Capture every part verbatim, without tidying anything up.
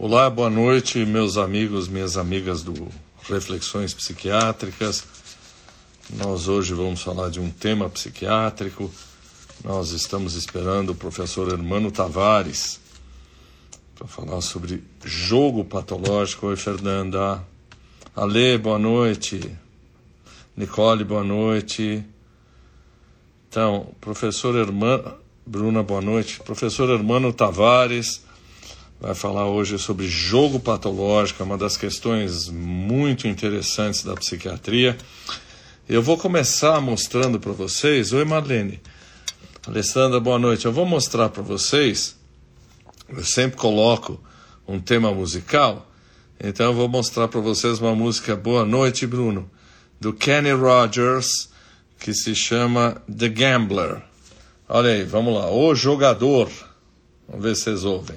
Olá, boa noite, meus amigos, minhas amigas do Reflexões Psiquiátricas. Nós hoje vamos falar de um tema psiquiátrico. Nós estamos esperando o professor Hermano Tavares para falar sobre jogo patológico. Oi, Fernanda. Ale, boa noite. Nicole, boa noite. Então, professor Hermano... Bruna, boa noite. Professor Hermano Tavares vai falar hoje sobre jogo patológico, uma das questões muito interessantes da psiquiatria. Eu vou começar mostrando para vocês... Oi, Marlene. Alessandra, boa noite. Eu vou mostrar para vocês, eu sempre coloco um tema musical, então eu vou mostrar para vocês uma música, boa noite, Bruno, do Kenny Rogers, que se chama The Gambler. Olha aí, vamos lá. O Jogador. Vamos ver se vocês ouvem.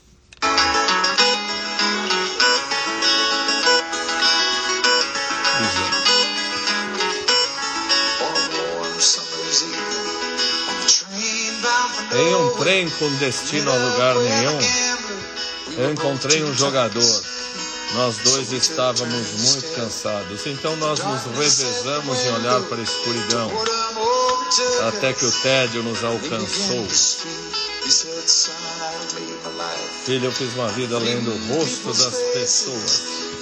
Em um trem com destino a lugar nenhum, eu encontrei um jogador. Nós dois estávamos muito cansados, então nós nos revezamos em olhar para a escuridão, até que o tédio nos alcançou. Filho, eu fiz uma vida lendo o rosto das pessoas.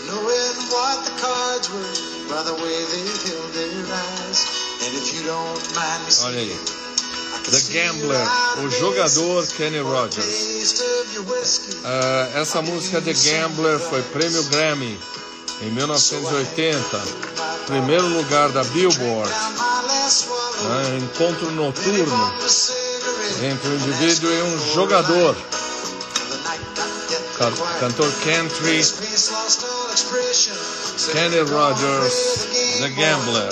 Olha aí. The Gambler, o jogador Kenny Rogers. Uh, essa música The Gambler foi prêmio Grammy em mil novecentos e oitenta, primeiro lugar da Billboard. Uh, encontro noturno entre um indivíduo e um jogador. Cantor country Kenny Rogers, The Gambler.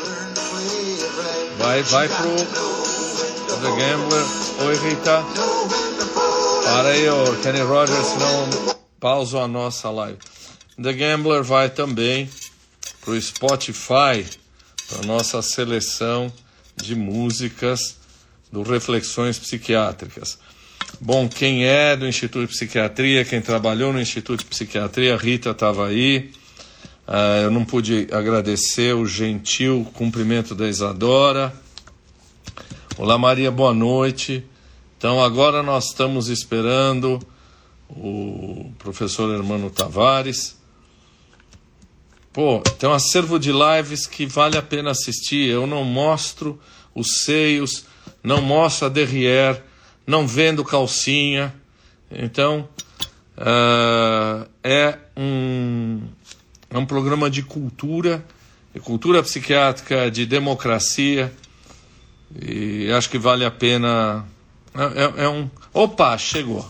Vai, vai pro The Gambler. Oi, Rita. Para aí, o Kenny Rogers, não pausa a nossa live. The Gambler vai também pro Spotify, para nossa seleção de músicas do Reflexões Psiquiátricas. Bom, quem é do Instituto de Psiquiatria, quem trabalhou no Instituto de Psiquiatria, a Rita estava aí. Uh, eu não pude agradecer o gentil cumprimento da Isadora. Olá, Maria, boa noite. Então, agora nós estamos esperando o professor Hermano Tavares. Pô, tem um acervo de lives que vale a pena assistir. Eu não mostro os seios, não mostro a derrière, não vendo calcinha. Então, uh, é, um, é um programa de cultura, de cultura psiquiátrica, de democracia. E acho que vale a pena. É, é, é um. Opa, chegou.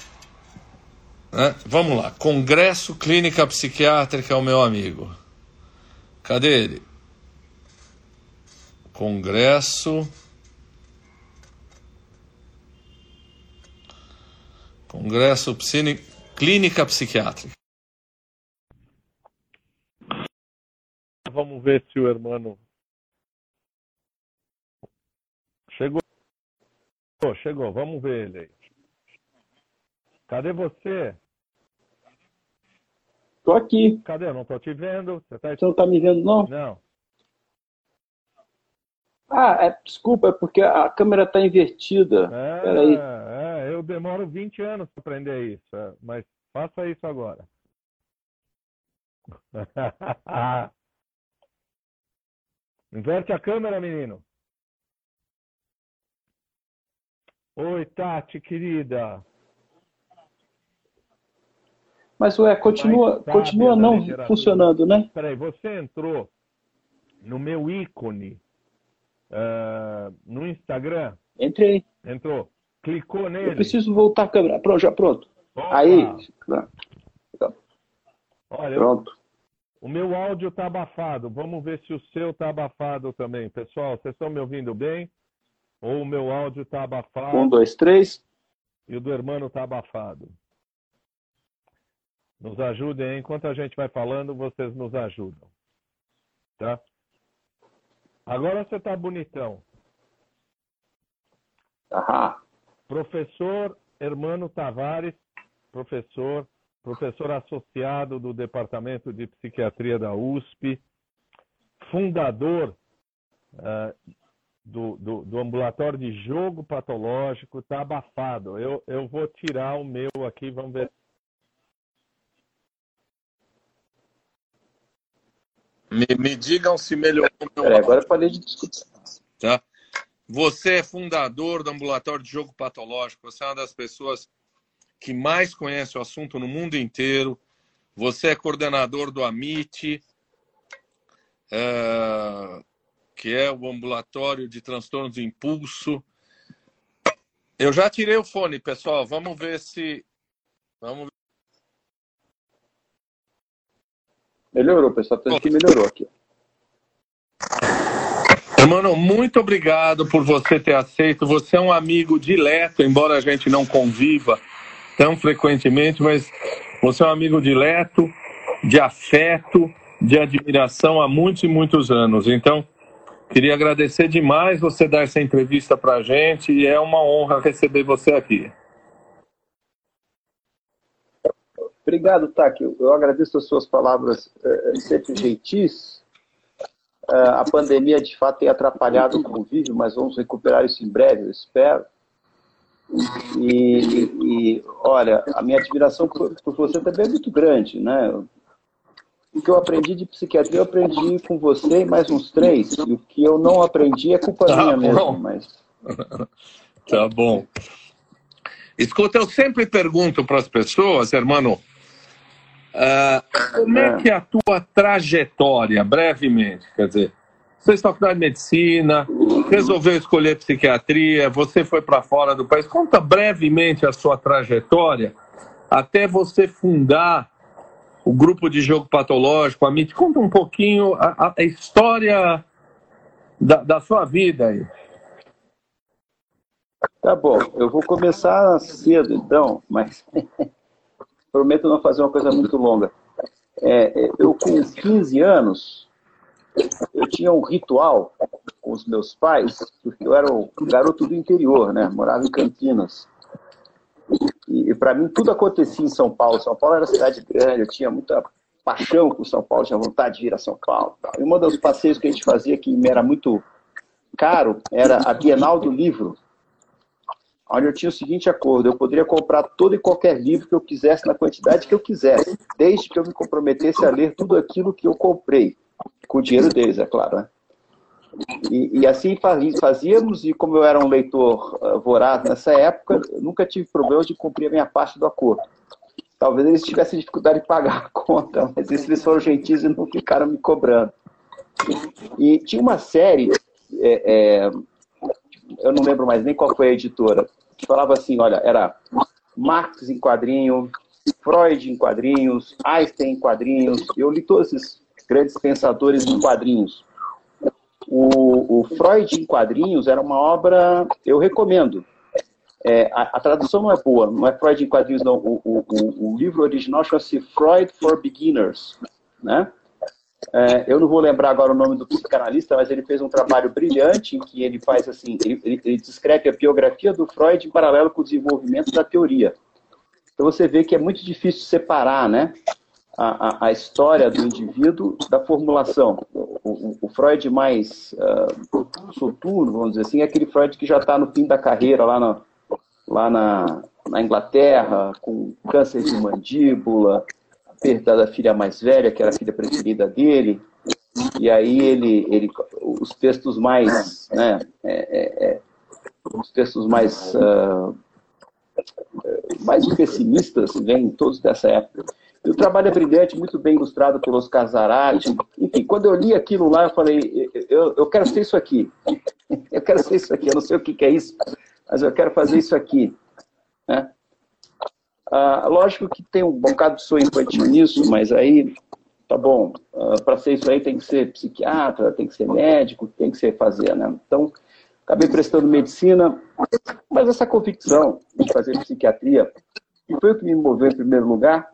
É, vamos lá. Congresso Clínica Psiquiátrica, o meu amigo. Cadê ele? Congresso. Congresso Psini... Clínica Psiquiátrica. Vamos ver se o Hermano. Chegou, chegou, vamos ver ele aí. Cadê você? Tô aqui. Cadê? Eu não tô te vendo. Você, tá... você não tá me vendo, não? Não. Ah, é, desculpa, é porque a câmera tá invertida. É, Peraí. é, eu demoro vinte anos para aprender isso, é, mas faça isso agora. Inverte a câmera, menino. Oi, Tati, querida. Mas, ué, continua, continua não funcionando, né? Peraí, você entrou no meu ícone uh, no Instagram? Entrei. Entrou. Clicou nele? Eu preciso voltar a câmera. Pronto, já pronto. Opa. Aí. Olha, pronto. Eu, o meu áudio está abafado. Vamos ver se o seu está abafado também. Pessoal, vocês estão me ouvindo bem? Ou o meu áudio está abafado? Um, dois, três. E o do Hermano está abafado. Nos ajudem, hein? Enquanto a gente vai falando, vocês nos ajudam. Tá? Agora você está bonitão. Aham. Professor Hermano Tavares, professor, professor associado do Departamento de Psiquiatria da U S P, fundador uh, do, do, do ambulatório de jogo patológico. Está abafado. Eu, eu vou tirar o meu aqui, vamos ver. Me, me digam se melhorou o meu Peraí, agora eu falei de discutir. Tá? Você é fundador do ambulatório de jogo patológico, você é uma das pessoas que mais conhece o assunto no mundo inteiro, você é coordenador do AMIT, é, que é o ambulatório de transtornos de impulso. Eu já tirei o fone, pessoal, vamos ver se... Vamos ver. Melhorou, pessoal, tanto que melhorou aqui. Mano, muito obrigado por você ter aceito. Você é um amigo dileto, embora a gente não conviva tão frequentemente, mas você é um amigo dileto, de afeto, de admiração há muitos e muitos anos. Então, queria agradecer demais você dar essa entrevista pra gente e é uma honra receber você aqui. Obrigado, Taki. Eu agradeço as suas palavras é, sempre gentis. É, a pandemia, de fato, tem atrapalhado o convívio, mas vamos recuperar isso em breve, eu espero. E, e olha, a minha admiração por, por você também é muito grande, né? O que eu aprendi de psiquiatria, eu aprendi com você e mais uns três. E o que eu não aprendi é culpa Tá minha bom. mesmo. Mas... Tá bom. Escuta, eu sempre pergunto para as pessoas, hermano, uh, como é que é a tua trajetória, brevemente? Quer dizer, você está na faculdade de medicina, resolveu escolher psiquiatria, você foi para fora do país. Conta brevemente a sua trajetória até você fundar o grupo de jogo patológico, a MIT. Conta um pouquinho a, a história da, da sua vida aí. Tá bom, eu vou começar cedo, então, mas prometo não fazer uma coisa muito longa. É, eu, com quinze anos, eu tinha um ritual com os meus pais, porque eu era um garoto do interior, né? Morava em Campinas. E, e para mim, tudo acontecia em São Paulo. São Paulo era cidade grande, eu tinha muita paixão por São Paulo, tinha vontade de ir a São Paulo. E um dos passeios que a gente fazia, que me era muito caro, era a Bienal do Livro, onde eu tinha o seguinte acordo: eu poderia comprar todo e qualquer livro que eu quisesse, na quantidade que eu quisesse, desde que eu me comprometesse a ler tudo aquilo que eu comprei, com o dinheiro deles, é claro, né? E, e assim fazíamos, e como eu era um leitor uh, voraz nessa época, eu nunca tive problemas de cumprir a minha parte do acordo. Talvez eles tivessem dificuldade de pagar a conta, mas eles foram gentis e não ficaram me cobrando. E tinha uma série, é, é, eu não lembro mais nem qual foi a editora, que falava assim, olha, era Marx em quadrinho, Freud em quadrinhos, Einstein em quadrinhos. Eu li todos esses grandes pensadores em quadrinhos. O, o Freud em quadrinhos era uma obra, eu recomendo. É, a, a tradução não é boa, não é Freud em quadrinhos, não. O, o, o, o livro original chama-se Freud for Beginners, né? É, eu não vou lembrar agora o nome do psicanalista, mas ele fez um trabalho brilhante em que ele faz assim, ele, ele, ele descreve a biografia do Freud em paralelo com o desenvolvimento da teoria. Então você vê que é muito difícil separar, né, a, a, a história do indivíduo da formulação. O, o, o Freud mais uh, soturno, vamos dizer assim, é aquele Freud que já está no fim da carreira, lá na, lá na, na Inglaterra, com câncer de mandíbula, perda da filha mais velha, que era a filha preferida dele, e aí ele, ele os textos mais, né, é, é, é, os textos mais, uh, mais pessimistas vêm todos dessa época. E o trabalho é brilhante, muito bem ilustrado pelo Oscar Zarate. Enfim, quando eu li aquilo lá, eu falei, eu, eu quero ser isso aqui. Eu quero ser isso aqui, eu não sei o que é isso, mas eu quero fazer isso aqui, né? Ah, lógico que tem um bocado de sonho infantil nisso, mas aí, tá bom, ah, para ser isso aí tem que ser psiquiatra, tem que ser médico, tem que ser fazer, né? Então, acabei prestando medicina, mas essa convicção de fazer psiquiatria, que foi o que me moveu em primeiro lugar,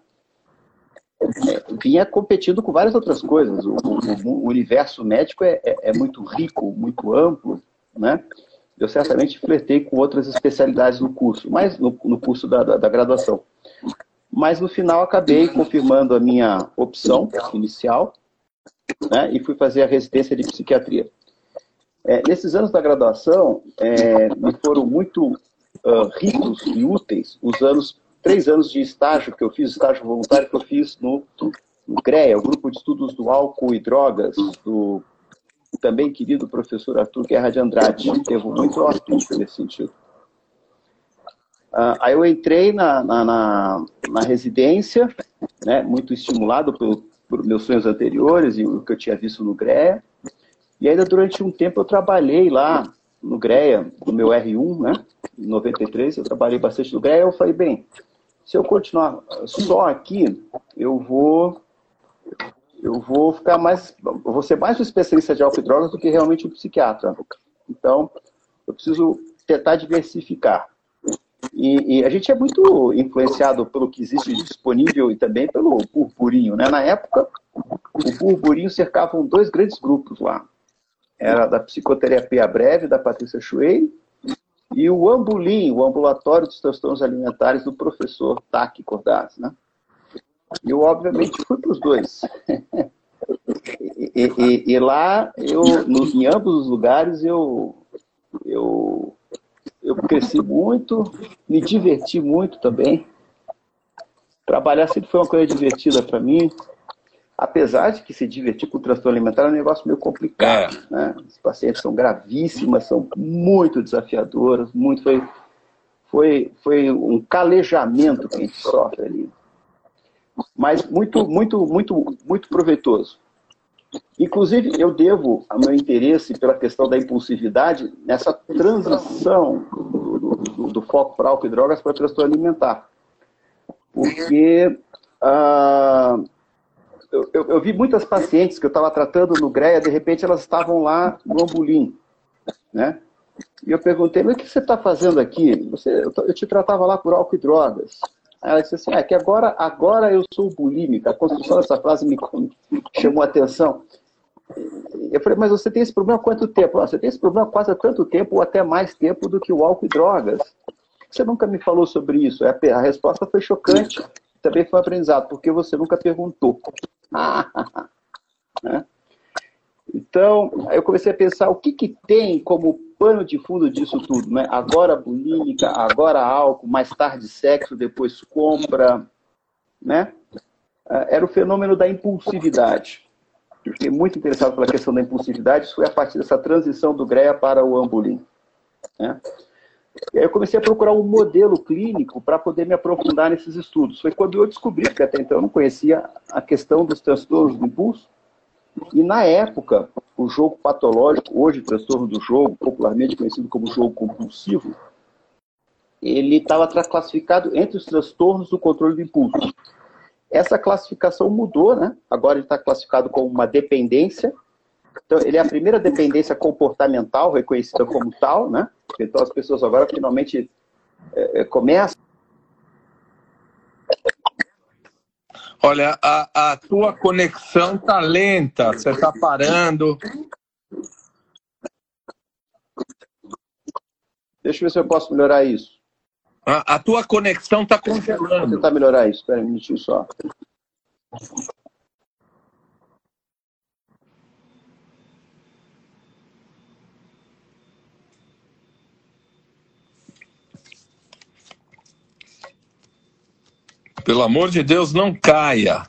é, vinha competindo com várias outras coisas. O, o, o universo médico é, é, é muito rico, muito amplo, né? Eu certamente flertei com outras especialidades no curso, mas no, no curso da, da, da graduação. mas no final acabei confirmando a minha opção inicial, né, e fui fazer a residência de psiquiatria. É, nesses anos da graduação, é, me foram muito uh, ricos e úteis os anos, três anos de estágio que eu fiz, estágio voluntário que eu fiz no, no GREA, o Grupo de Estudos do Álcool e Drogas, do também querido professor Arthur Guerra de Andrade. Teve muito auspício nesse sentido. Uh, aí eu entrei na, na, na, na residência, né, muito estimulado pelo, por meus sonhos anteriores e o que eu tinha visto no GREA. E ainda durante um tempo eu trabalhei lá no GREA, no meu R um, né, em noventa e três, eu trabalhei bastante no GREA. Eu falei, bem, se eu continuar só aqui, eu vou, eu vou ficar mais, eu vou ser mais um especialista de álcool e drogas do que realmente um psiquiatra. Então, eu preciso tentar diversificar. E, e a gente é muito influenciado pelo que existe disponível e também pelo burburinho, né? Na época, o burburinho cercavam dois grandes grupos lá. Era da psicoterapia breve, da Patrícia Schwein, e o Ambulim, o ambulatório dos transtornos alimentares do professor Taki Cordaz, né? E eu, obviamente, fui para os dois. e, e, e lá, eu, no, em ambos os lugares, eu... eu Eu cresci muito, me diverti muito também. Trabalhar sempre foi uma coisa divertida para mim. Apesar de que se divertir com o transtorno alimentar é um negócio meio complicado. É. Né? Os pacientes são gravíssimas, são muito desafiadoras. Muito, foi, foi, foi um calejamento que a gente sofre ali. Mas muito, muito, muito, muito proveitoso. Inclusive, eu devo o meu interesse pela questão da impulsividade nessa transição do, do, do foco para álcool e drogas para transtorno alimentar. Porque ah, eu, eu, eu vi muitas pacientes que eu estava tratando no GREA, de repente elas estavam lá no Ambulim, né? E eu perguntei, mas o que você está fazendo aqui? Você, eu, eu te tratava lá por álcool e drogas. Aí ela disse assim, é que agora, agora eu sou bulímica. A construção dessa frase me chamou a atenção. Eu falei, mas você tem esse problema há quanto tempo? Você tem esse problema há quase há tanto tempo, ou até mais tempo do que o álcool e drogas. Você nunca me falou sobre isso. A resposta foi chocante, também foi um aprendizado, porque você nunca perguntou. Né? Então, aí eu comecei a pensar o que, que tem como pano de fundo disso tudo, né? Agora bulímica, agora álcool, mais tarde sexo, depois compra, né? Era o fenômeno da impulsividade. Eu fiquei muito interessado pela questão da impulsividade, isso foi a partir dessa transição do GREA para o Ambulim, né? E aí eu comecei a procurar um modelo clínico para poder me aprofundar nesses estudos. Foi quando eu descobri, porque até então eu não conhecia a questão dos transtornos do impulso. E na época, o jogo patológico, hoje transtorno do jogo, popularmente conhecido como jogo compulsivo, ele estava classificado entre os transtornos do controle do impulso. Essa classificação mudou, né? Agora ele está classificado como uma dependência. Então, ele é a primeira dependência comportamental reconhecida como tal, né? Então as pessoas agora finalmente é, começam. Olha, a, a tua conexão tá lenta, você tá parando. Deixa eu ver se eu posso melhorar isso. A, a tua conexão tá congelando. Vou tentar melhorar isso, espera um minutinho só. Pelo amor de Deus, não caia.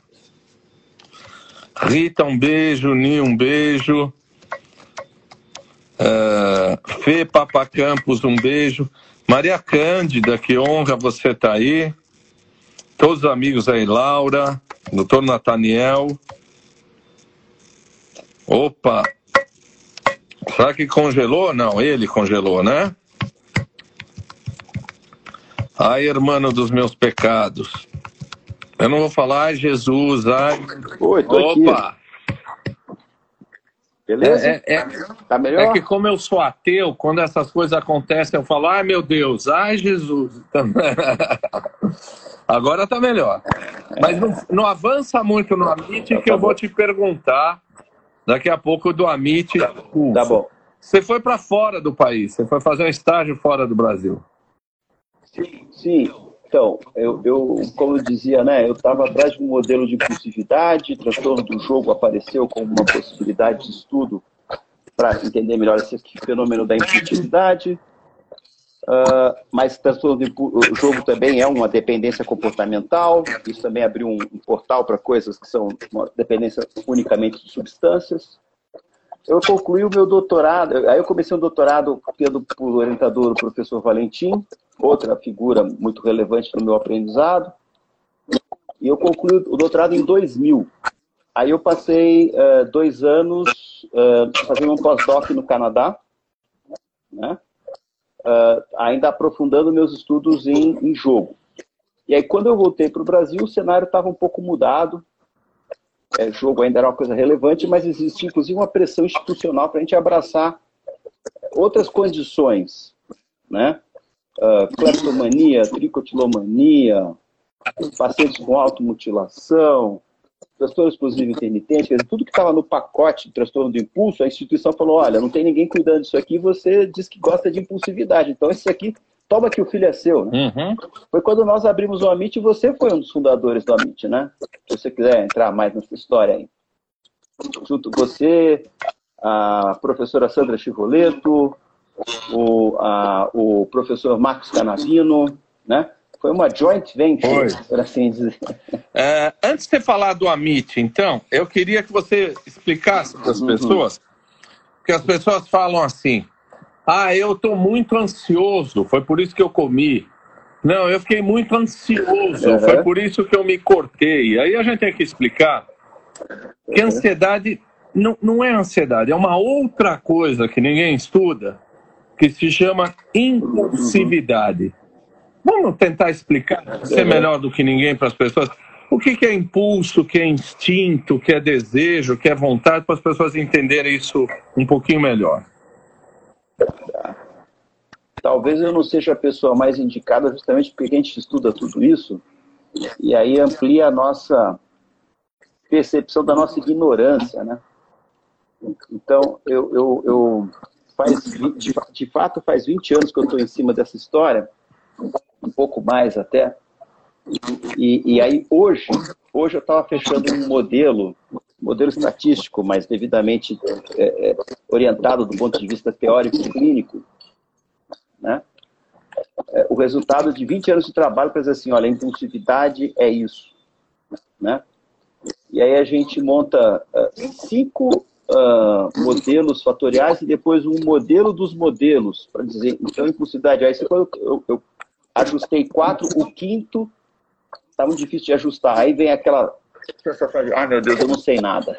Rita, um beijo. Ninho, um beijo. Uh, Fê Papacampos, um beijo. Maria Cândida, que honra você estar tá aí. Todos os amigos aí, Laura, doutor Nathaniel. Opa! Será que congelou? Não, ele congelou, né? Ai, irmão dos meus pecados. Eu não vou falar, ai, Jesus, ai... Oi, tô Opa! Aqui. Beleza? É, é, tá melhor? É que como eu sou ateu, quando essas coisas acontecem, eu falo, ai, meu Deus, ai, Jesus. Agora tá melhor. Mas não, não avança muito no Amit, que eu vou te perguntar daqui a pouco do Amit. Tá bom. Você foi para fora do país, você foi fazer um estágio fora do Brasil. Sim, sim. Então, eu, eu, como eu dizia, né, eu estava atrás de um modelo de impulsividade, transtorno do jogo apareceu como uma possibilidade de estudo para entender melhor esse fenômeno da impulsividade, uh, mas transtorno do jogo também é uma dependência comportamental, isso também abriu um, um portal para coisas que são uma dependência unicamente de substâncias. Eu concluí o meu doutorado, aí eu comecei um doutorado tendo por orientador o professor Valentim, outra figura muito relevante no meu aprendizado, e eu concluí o doutorado em dois mil. Aí eu passei uh, dois anos uh, fazendo um pós-doc no Canadá, né? uh, ainda aprofundando meus estudos em, em jogo. E aí quando eu voltei para o Brasil, o cenário estava um pouco mudado, é, jogo ainda era uma coisa relevante, mas existia inclusive uma pressão institucional para a gente abraçar outras condições, né? Uh, cleptomania, tricotilomania, pacientes com automutilação, transtorno explosivo intermitente, quer dizer, tudo que estava no pacote de transtorno do impulso, a instituição falou, olha, não tem ninguém cuidando disso aqui, você diz que gosta de impulsividade, então isso aqui, toma que o filho é seu, né? Uhum. Foi quando nós abrimos o Amit e você foi um dos fundadores do Amit, né? Se você quiser entrar mais nessa história aí. Junto você, a professora Sandra Chivoleto, o, a, o professor Marcos Canavino, né? Foi uma joint venture, por assim dizer. É, antes de você falar do Amit, então, eu queria que você explicasse para as uhum. pessoas, porque as pessoas falam assim, ah, eu estou muito ansioso, foi por isso que eu comi. Não, eu fiquei muito ansioso, uhum. foi por isso que eu me cortei. Aí a gente tem que explicar que a ansiedade não, não é ansiedade, é uma outra coisa que ninguém estuda, que se chama impulsividade. Vamos tentar explicar, ser melhor do que ninguém para as pessoas, o que, que é impulso, o que é instinto, o que é desejo, o que é vontade, para as pessoas entenderem isso um pouquinho melhor. Talvez eu não seja a pessoa mais indicada justamente porque a gente estuda tudo isso e aí amplia a nossa percepção da nossa ignorância, né? Então, eu... eu, eu faz, de, de fato, faz vinte anos que eu estou em cima dessa história, um pouco mais até, e, e aí hoje, hoje eu estava fechando um modelo, modelo estatístico, mas devidamente é, é, orientado do ponto de vista teórico e clínico, né? É, o resultado de vinte anos de trabalho para dizer assim, olha, a impulsividade é isso, né? E aí a gente monta uh, cinco uh, modelos fatoriais e depois um modelo dos modelos, para dizer, então, impulsividade, aí quando eu, eu ajustei quatro, o quinto está muito difícil de ajustar. Aí vem aquela sensação de, ai meu Deus, eu não sei nada.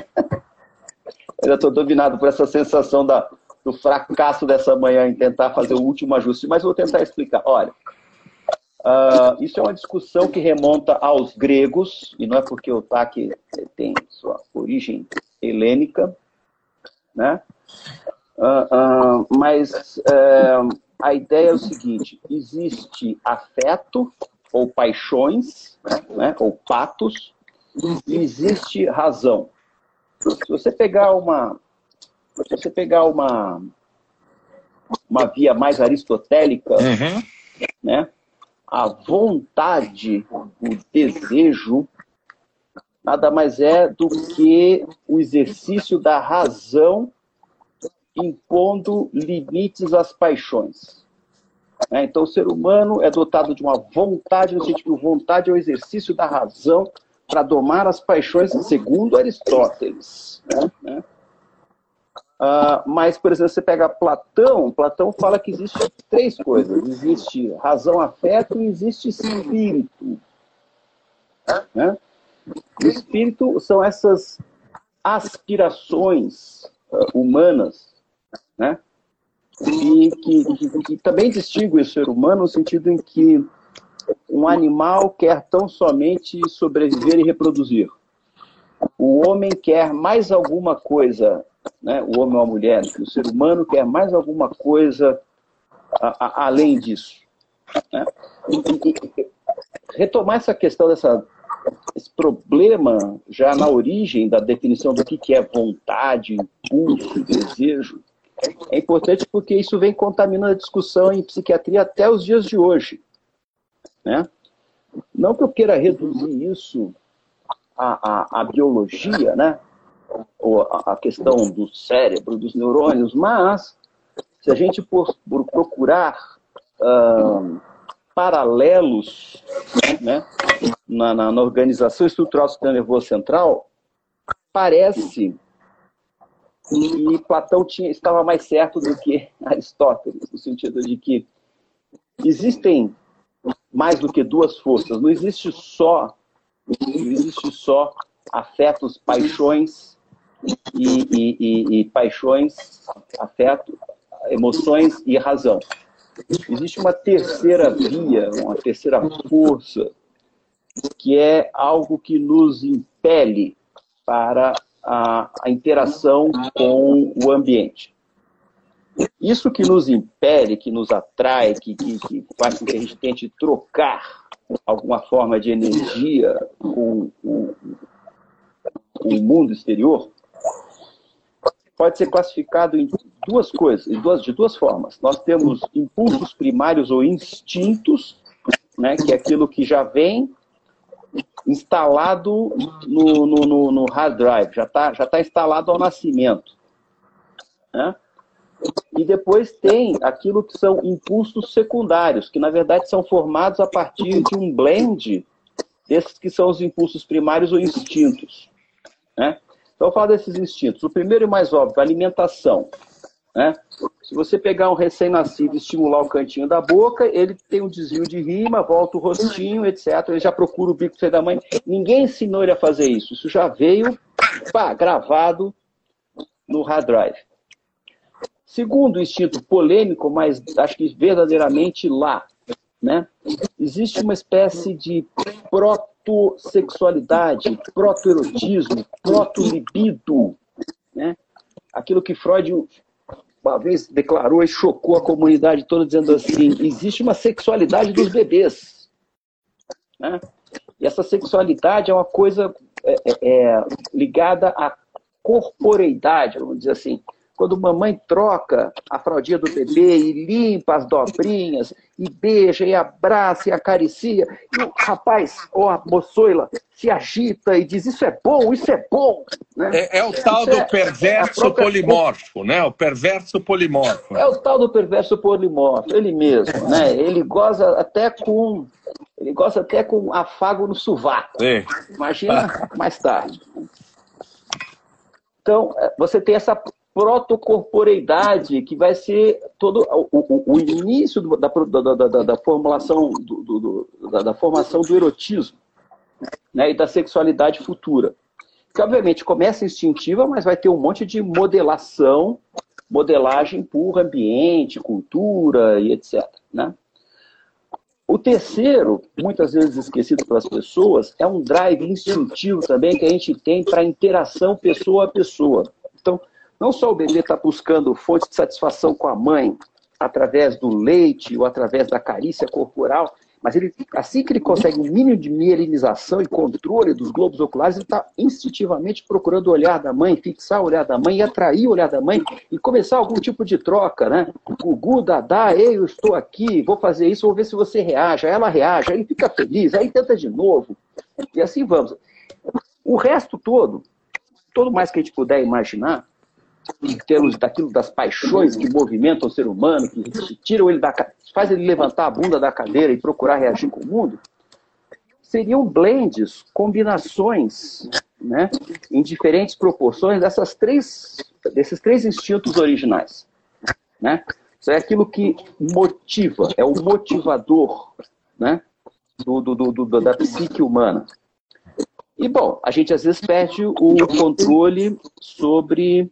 Eu estou dominado por essa sensação da, do fracasso dessa manhã em tentar fazer o último ajuste, mas vou tentar explicar. Olha, uh, isso é uma discussão que remonta aos gregos, e não é porque o T A C tem sua origem helênica, né? Uh, uh, mas... Uh, a ideia é o seguinte, existe afeto, ou paixões, né, ou patos, e existe razão. Se você pegar uma, se você pegar uma, uma via mais aristotélica, uhum. né, a vontade, o desejo, nada mais é do que o exercício da razão impondo limites às paixões. É, então, o ser humano é dotado de uma vontade, no sentido que vontade é o exercício da razão para domar as paixões, segundo Aristóteles. Né? Ah, mas, por exemplo, você pega Platão, Platão fala que existe três coisas. Existe razão, afeto e existe espírito. Né? O espírito são essas aspirações uh, humanas, né? E que, que, que também distingue o ser humano no sentido em que um animal quer tão somente sobreviver e reproduzir. O homem quer mais alguma coisa, né? O homem ou a mulher, o ser humano quer mais alguma coisa a, a, além disso. Né? E, e, retomar essa questão, dessa, esse problema já na origem da definição do que, que é vontade, impulso, desejo, é importante porque isso vem contaminando a discussão em psiquiatria até os dias de hoje. né? Não que eu queira reduzir isso à, à, à biologia, né? Ou à, à questão do cérebro, dos neurônios, mas se a gente por, por procurar uh, paralelos, né, na, na, na organização estrutural do sistema nervoso central, parece que Platão tinha, estava mais certo do que Aristóteles, no sentido de que existem mais do que duas forças. Não existe só, não existe só afetos, paixões e, e, e, e paixões, afeto, emoções e razão. Existe uma terceira via, uma terceira força, que é algo que nos impele para a, a interação com o ambiente. Isso que nos impele, que nos atrai, que, que, que faz com que a gente tente trocar alguma forma de energia com o, com o mundo exterior, pode ser classificado em duas coisas, em duas, de duas formas. Nós temos impulsos primários ou instintos, né, que é aquilo que já vem instalado no, no, no, no hard drive, já está já tá instalado ao nascimento, né? E depois tem aquilo que são impulsos secundários, que na verdade são formados a partir de um blend desses que são os impulsos primários ou instintos, né? Então, eu falo desses instintos. O primeiro e mais óbvio, a alimentação, né? Se você pegar um recém-nascido e estimular o cantinho da boca, ele tem um desvio de rima, volta o rostinho, etcétera. Ele já procura o bico da mãe. Ninguém ensinou ele a fazer isso. Isso já veio, pá, gravado no hard drive. Segundo o instinto polêmico, mas acho que verdadeiramente lá, né? Existe uma espécie de proto-sexualidade, proto-erotismo, proto-libido, né? Aquilo que Freud uma vez declarou e chocou a comunidade toda, dizendo assim: existe uma sexualidade dos bebês, né? E essa sexualidade é uma coisa é, é, ligada à corporeidade, vamos dizer assim. Quando mamãe troca a fraldinha do bebê e limpa as dobrinhas, e beija, e abraça, e acaricia, e o rapaz, ou a moçoila, se agita e diz: isso é bom, isso é bom. Né? É, é o tal isso do é, perverso própria... polimorfo, né? O perverso polimorfo. É o tal do perverso polimorfo, ele mesmo, né? Ele goza até com, ele goza até com afago no sovaco. Sim. Imagina mais tarde. Então, você tem essa protocorporeidade, que vai ser todo o, o, o início do, da, da, da, da, formulação do, do, da, da formação do erotismo, né, e da sexualidade futura. Que, obviamente, começa instintiva, mas vai ter um monte de modelação, modelagem por ambiente, cultura e etcétera. Né? O terceiro, muitas vezes esquecido pelas pessoas, é um drive instintivo também que a gente tem para interação pessoa a pessoa. Então, não só o bebê está buscando fonte de satisfação com a mãe através do leite ou através da carícia corporal, mas ele, assim que ele consegue um mínimo de mielinização e controle dos globos oculares, ele está instintivamente procurando o olhar da mãe, fixar o olhar da mãe e atrair o olhar da mãe e começar algum tipo de troca, né? Gugu, Dadá, ei, eu estou aqui, vou fazer isso, vou ver se você reage. Aí ela reage, aí ele fica feliz, aí tenta de novo. E assim vamos. O resto todo, todo mais que a gente puder imaginar, em termos daquilo das paixões que movimentam o ser humano, que tiram ele da, faz ele levantar a bunda da cadeira e procurar reagir com o mundo, seriam blends, combinações, né, em diferentes proporções dessas três, desses três instintos originais. Né? Isso é aquilo que motiva, é o motivador, né, do, do, do, do, da psique humana. E, bom, a gente às vezes perde o controle sobre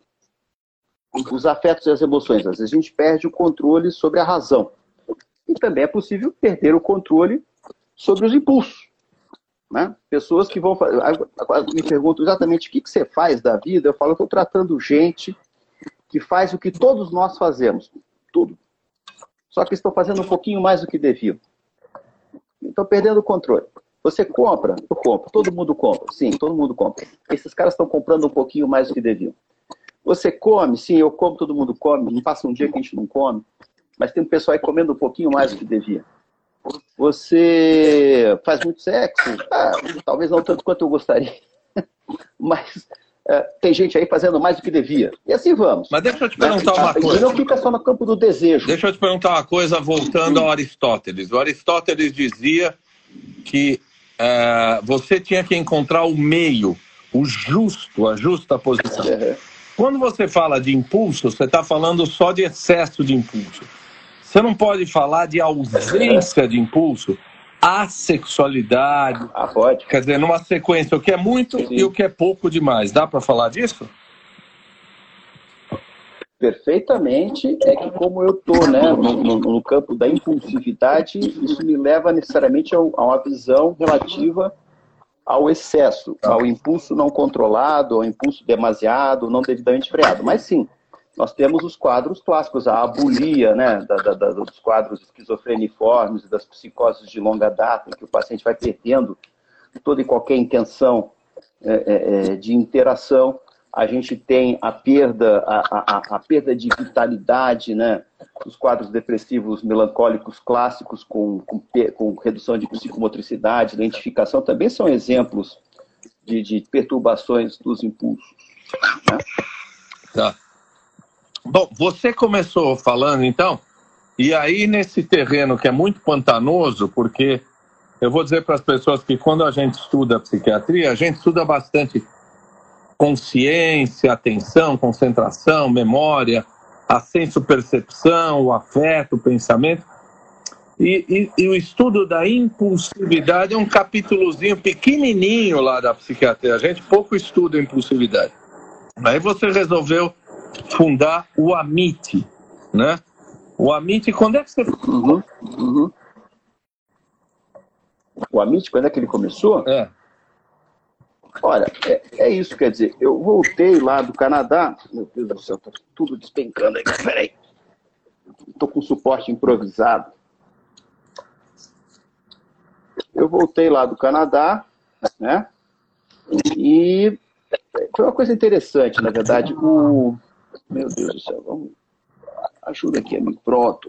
os afetos e as emoções. Às vezes a gente perde o controle sobre a razão. E também é possível perder o controle sobre os impulsos. Né? Pessoas que vão fazer... Agora me perguntam exatamente o que você faz da vida. Eu falo que eu estou tratando gente que faz o que todos nós fazemos. Tudo. Só que estão fazendo um pouquinho mais do que deviam. Estão perdendo o controle. Você compra? Eu compro. Todo mundo compra. Sim, todo mundo compra. Esses caras estão comprando um pouquinho mais do que deviam. Você come? Sim, eu como, todo mundo come. Não passa um dia que a gente não come. Mas tem um pessoal aí comendo um pouquinho mais do que devia. Você faz muito sexo? Ah, talvez não tanto quanto eu gostaria. Mas é, tem gente aí fazendo mais do que devia. E assim vamos. Mas deixa eu te perguntar uma coisa. E não fica só no campo do desejo. Deixa eu te perguntar uma coisa, voltando ao Aristóteles. O Aristóteles dizia que é, você tinha que encontrar o meio, o justo, a justa posição. Uhum. Quando você fala de impulso, você está falando só de excesso de impulso. Você não pode falar de ausência de impulso, assexualidade. Ah, pode. Quer dizer, numa sequência, o que é muito Sim. e o que é pouco demais. Dá para falar disso? Perfeitamente. É que como eu estou, né, no, no, no campo da impulsividade, isso me leva necessariamente a uma visão relativa ao excesso, ao impulso não controlado, ao impulso demasiado, não devidamente freado. Mas sim, nós temos os quadros clássicos, a abulia, né, da, da, da, dos quadros esquizofreniformes, das psicoses de longa data, em que o paciente vai perdendo toda e qualquer intenção é, é, de interação. A gente tem a perda, a, a, a perda de vitalidade, né, os quadros depressivos melancólicos clássicos com, com, com redução de psicomotricidade, lentificação, também são exemplos de, de perturbações dos impulsos. Né? Tá. Bom, você começou falando, então, e aí nesse terreno que é muito pantanoso, porque eu vou dizer para as pessoas que quando a gente estuda psiquiatria, a gente estuda bastante consciência, atenção, concentração, memória, a senso-percepção, o afeto, o pensamento. E, e, e o estudo da impulsividade é um capítulozinho pequenininho lá da psiquiatria. A gente pouco estuda a impulsividade. Aí você resolveu fundar o AMIT, né? O AMIT, quando é que você... Uhum, uhum. O AMIT, quando é que ele começou? É. Olha, é, é isso, quer dizer, eu voltei lá do Canadá, meu Deus do céu, tá tudo despencando aí, peraí, estou com suporte improvisado. Eu voltei lá do Canadá, né, e foi uma coisa interessante, na verdade, o... Meu Deus do céu, vamos... ajuda aqui, amigo, pronto.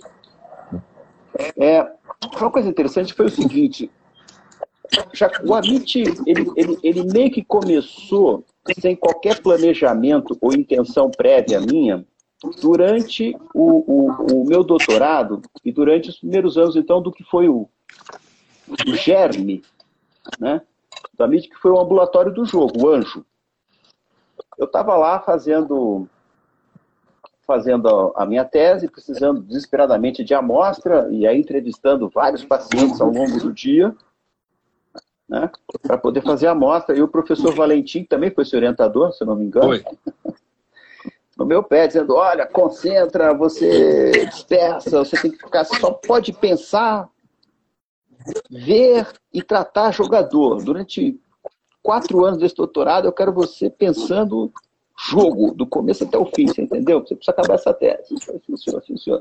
É, foi uma coisa interessante, foi o seguinte... Já, o AMIT, ele, ele, ele meio que começou sem qualquer planejamento ou intenção prévia minha durante o, o, o meu doutorado e durante os primeiros anos, então, do que foi o, o germe, né, do AMIT, que foi o ambulatório do jogo, o Anjo. Eu estava lá fazendo, fazendo a minha tese, precisando desesperadamente de amostra, e aí entrevistando vários pacientes ao longo do dia, né, para poder fazer a amostra. E o professor Valentim, que também foi seu orientador, se eu não me engano, Foi. no meu pé, dizendo, olha, concentra, você dispersa, você tem que ficar, só pode pensar, ver e tratar jogador. Durante quatro anos desse doutorado, eu quero você pensando jogo, do começo até o fim, você entendeu? Você precisa acabar essa tese. Sim, senhor, sim, senhor.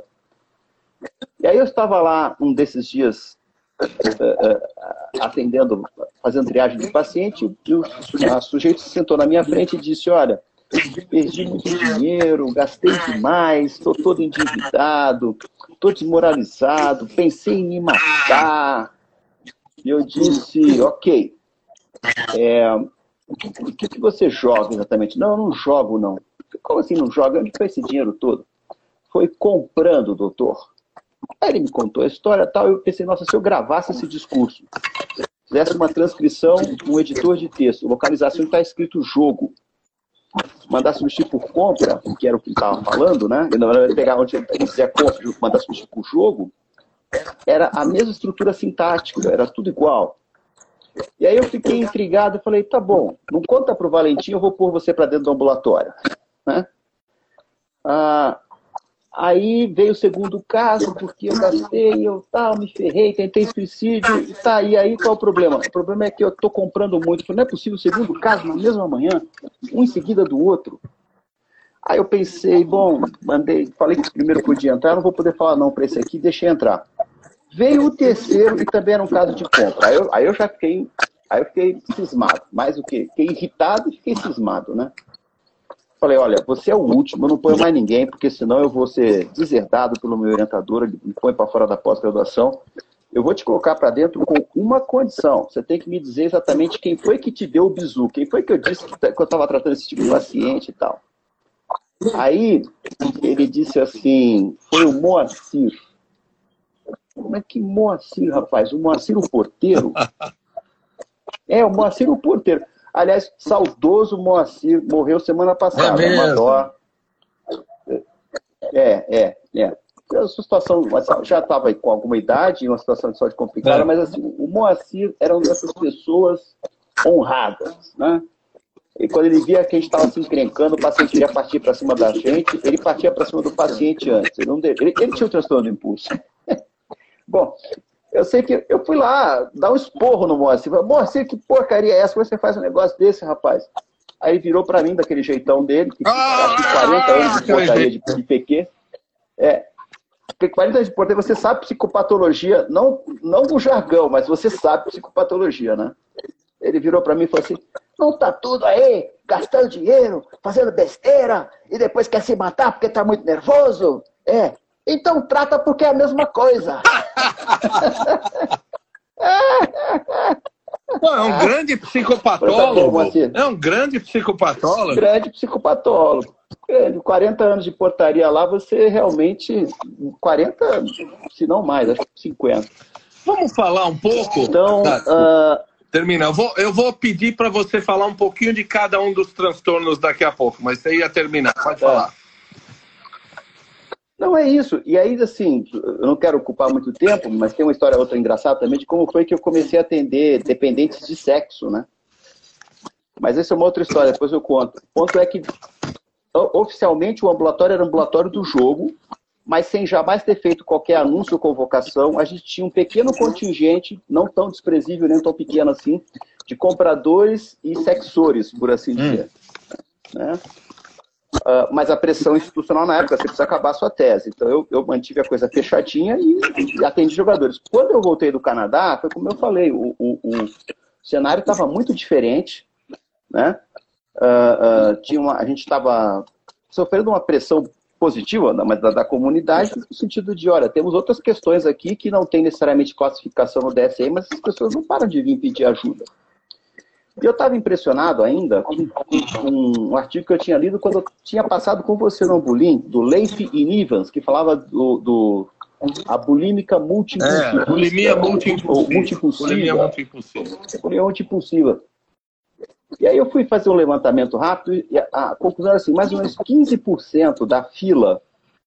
E aí eu estava lá, um desses dias, Uh, uh, atendendo, fazendo triagem de paciente, e o a sujeito se sentou na minha frente e disse, olha, perdi muito dinheiro, gastei demais, estou todo endividado, estou desmoralizado, pensei em me matar. E eu disse, ok, é, o que, que você joga exatamente? Não, eu não jogo, não. Como assim não joga? Onde foi esse dinheiro todo? Foi comprando, doutor. Aí ele me contou a história e tal, eu pensei, nossa, se eu gravasse esse discurso, fizesse uma transcrição, um editor de texto, localização que está escrito jogo, mandasse substituir por compra, que era o que ele estava falando, né? E na verdade pegar onde ele dizia compra, mandasse substituir por jogo, era a mesma estrutura sintática, era tudo igual. E aí eu fiquei intrigado e falei, tá bom, não conta para o Valentim, eu vou pôr você para dentro do ambulatório. Né? Ah, Aí veio o segundo caso, porque eu gastei, eu tal, me ferrei, tentei suicídio, tá, e aí qual é o problema? O problema é que eu estou comprando muito. Eu falei, não é possível o segundo caso na mesma manhã, um em seguida do outro. Aí eu pensei, bom, mandei, falei que primeiro podia entrar, não vou poder falar não para esse aqui, deixei entrar. Veio o terceiro e também era um caso de compra. Aí eu, aí eu já fiquei, aí eu fiquei cismado, mais o quê? Fiquei irritado e fiquei cismado, né? Falei, olha, você é o último, eu não ponho mais ninguém, porque senão eu vou ser deserdado pelo meu orientador, ele me põe para fora da pós-graduação. eu vou te colocar para dentro com uma condição. Você tem que me dizer exatamente quem foi que te deu o bizu, quem foi que eu disse que, que eu estava tratando esse tipo de paciente e tal. Aí, ele disse assim, foi o Moacir. Como é que Moacir, rapaz? O Moacir, o porteiro? É, o Moacir, o porteiro. Aliás, saudoso Moacir, morreu semana passada. É mesmo? Uma É, é, é. A sua situação já estava com alguma idade, em uma situação de saúde complicada, é. Mas assim, o Moacir era uma dessas pessoas honradas, né? E quando ele via que a gente estava se encrencando, o paciente queria partir para cima da gente, ele partia para cima do paciente antes. Ele, não deu, ele, ele tinha o transtorno do impulso. Bom, eu sei que eu fui lá dar um esporro no Moacir. Falei, Moacir, que porcaria é essa? Como você faz um negócio desse, rapaz? Aí ele virou para mim, daquele jeitão dele, que acho que quarenta anos de portaria de, de P Q. É, porque quarenta anos de portaria, você sabe psicopatologia, não, não o jargão, mas você sabe psicopatologia, né? Ele virou para mim e falou assim, não tá tudo aí, gastando dinheiro, fazendo besteira, e depois quer se matar porque tá muito nervoso? É, então trata porque é a mesma coisa. Pô, é um grande psicopatólogo. É um grande psicopatólogo. Grande psicopatólogo. quarenta anos de portaria lá, você realmente... quarenta, se não mais, acho que cinquenta. Vamos falar um pouco? Então... Tá. Uh... Termina. Eu vou, eu vou pedir para você falar um pouquinho de cada um dos transtornos daqui a pouco, mas você ia terminar. Pode é. falar. Não, é isso. E aí, assim, eu não quero ocupar muito tempo, mas tem uma história outra engraçada também de como foi que eu comecei a atender dependentes de sexo, né? Mas essa é uma outra história, depois eu conto. O ponto é que, oficialmente, o ambulatório era o ambulatório do jogo, mas sem jamais ter feito qualquer anúncio ou convocação, a gente tinha um pequeno contingente, não tão desprezível, nem tão pequeno assim, de compradores e sexores, por assim hum. dizer. Né? Uh, mas a pressão institucional na época, você precisa acabar a sua tese. Então eu, eu mantive a coisa fechadinha e, e atendi jogadores. Quando eu voltei do Canadá, foi como eu falei, o, o, o cenário estava muito diferente, né? Uh, uh, tinha uma, a gente estava sofrendo uma pressão positiva da, da, da comunidade, no sentido de, olha, temos outras questões aqui que não tem necessariamente classificação no D S M, mas as pessoas não param de vir pedir ajuda. E eu estava impressionado ainda com um, um artigo que eu tinha lido quando eu tinha passado com você no Ambulim, do Leif e Nivans, que falava do, do a bulímica multiimpulsiva. É, bulimia multiimpulsiva. multiimpulsiva. Bulimia multiimpulsiva. Bulimia multiimpulsiva. E aí eu fui fazer um levantamento rápido e a conclusão era assim, mais ou menos quinze por cento da fila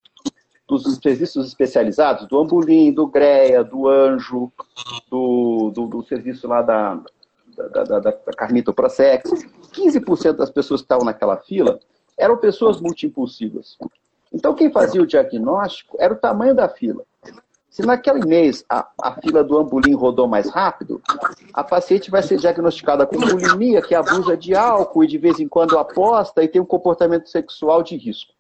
dos serviços especializados, do Ambulim, do GREA, do Anjo, do, do, do serviço lá da, da, da, da Carmita Prosex, quinze por cento das pessoas que estavam naquela fila eram pessoas multiimpulsivas. Então quem fazia o diagnóstico era o tamanho da fila. Se naquele mês a, a fila do Ambulim rodou mais rápido, a paciente vai ser diagnosticada com bulimia, que abusa de álcool e de vez em quando aposta e tem um comportamento sexual de risco.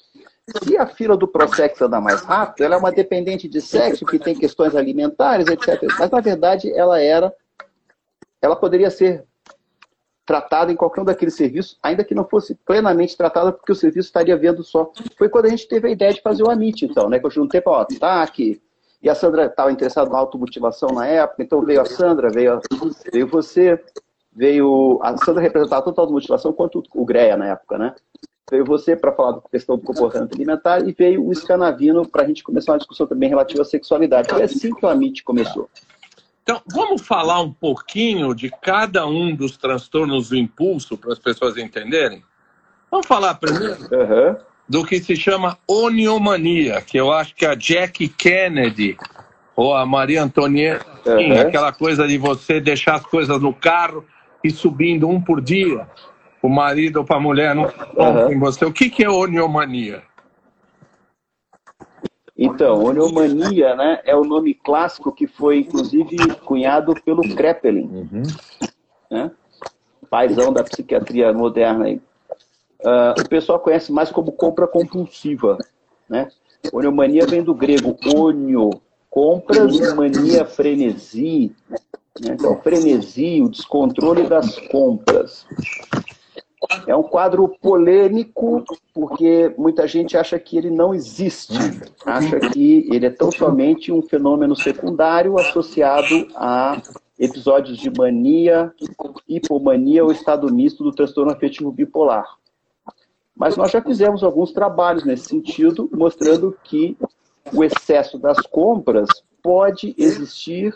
Se a fila do Prosex andar mais rápido, ela é uma dependente de sexo, que tem questões alimentares, etcétera. Mas, na verdade, ela era, ela poderia ser tratada em qualquer um daqueles serviços, ainda que não fosse plenamente tratada, porque o serviço estaria vendo só. Foi quando a gente teve a ideia de fazer o AMIT, então, né? Que eu juntei para o ataque. E a Sandra estava interessada na automutilação na época, então veio a Sandra, veio, a, veio você, veio... A Sandra representava tanto a automutilação quanto o GREA na época, né? Veio você para falar da questão do comportamento alimentar e veio o Scanavino para a gente começar uma discussão também relativa à sexualidade. Foi assim que o AMIT começou. Então, vamos falar um pouquinho de cada um dos transtornos do impulso para as pessoas entenderem? Vamos falar primeiro... Uhum. do que se chama oniomania, que eu acho que a Jackie Kennedy ou a Maria Antonieta uhum. tinha, aquela coisa de você deixar as coisas no carro e subindo um por dia, o marido ou para a mulher não compra uhum. em você. O que, que é oniomania? Então, oniomania, né, é o nome clássico que foi, inclusive, cunhado pelo Kraepelin, uhum. né, paizão da psiquiatria moderna aí. Uh, o pessoal conhece mais como compra compulsiva, né? Oniomania vem do grego onio, compras, mania, frenesi. Né? Então, frenesi, o descontrole das compras. É um quadro polêmico, porque muita gente acha que ele não existe, acha que ele é tão somente um fenômeno secundário associado a episódios de mania, hipomania ou estado misto do transtorno afetivo bipolar. Mas nós já fizemos alguns trabalhos nesse sentido, mostrando que o excesso das compras pode existir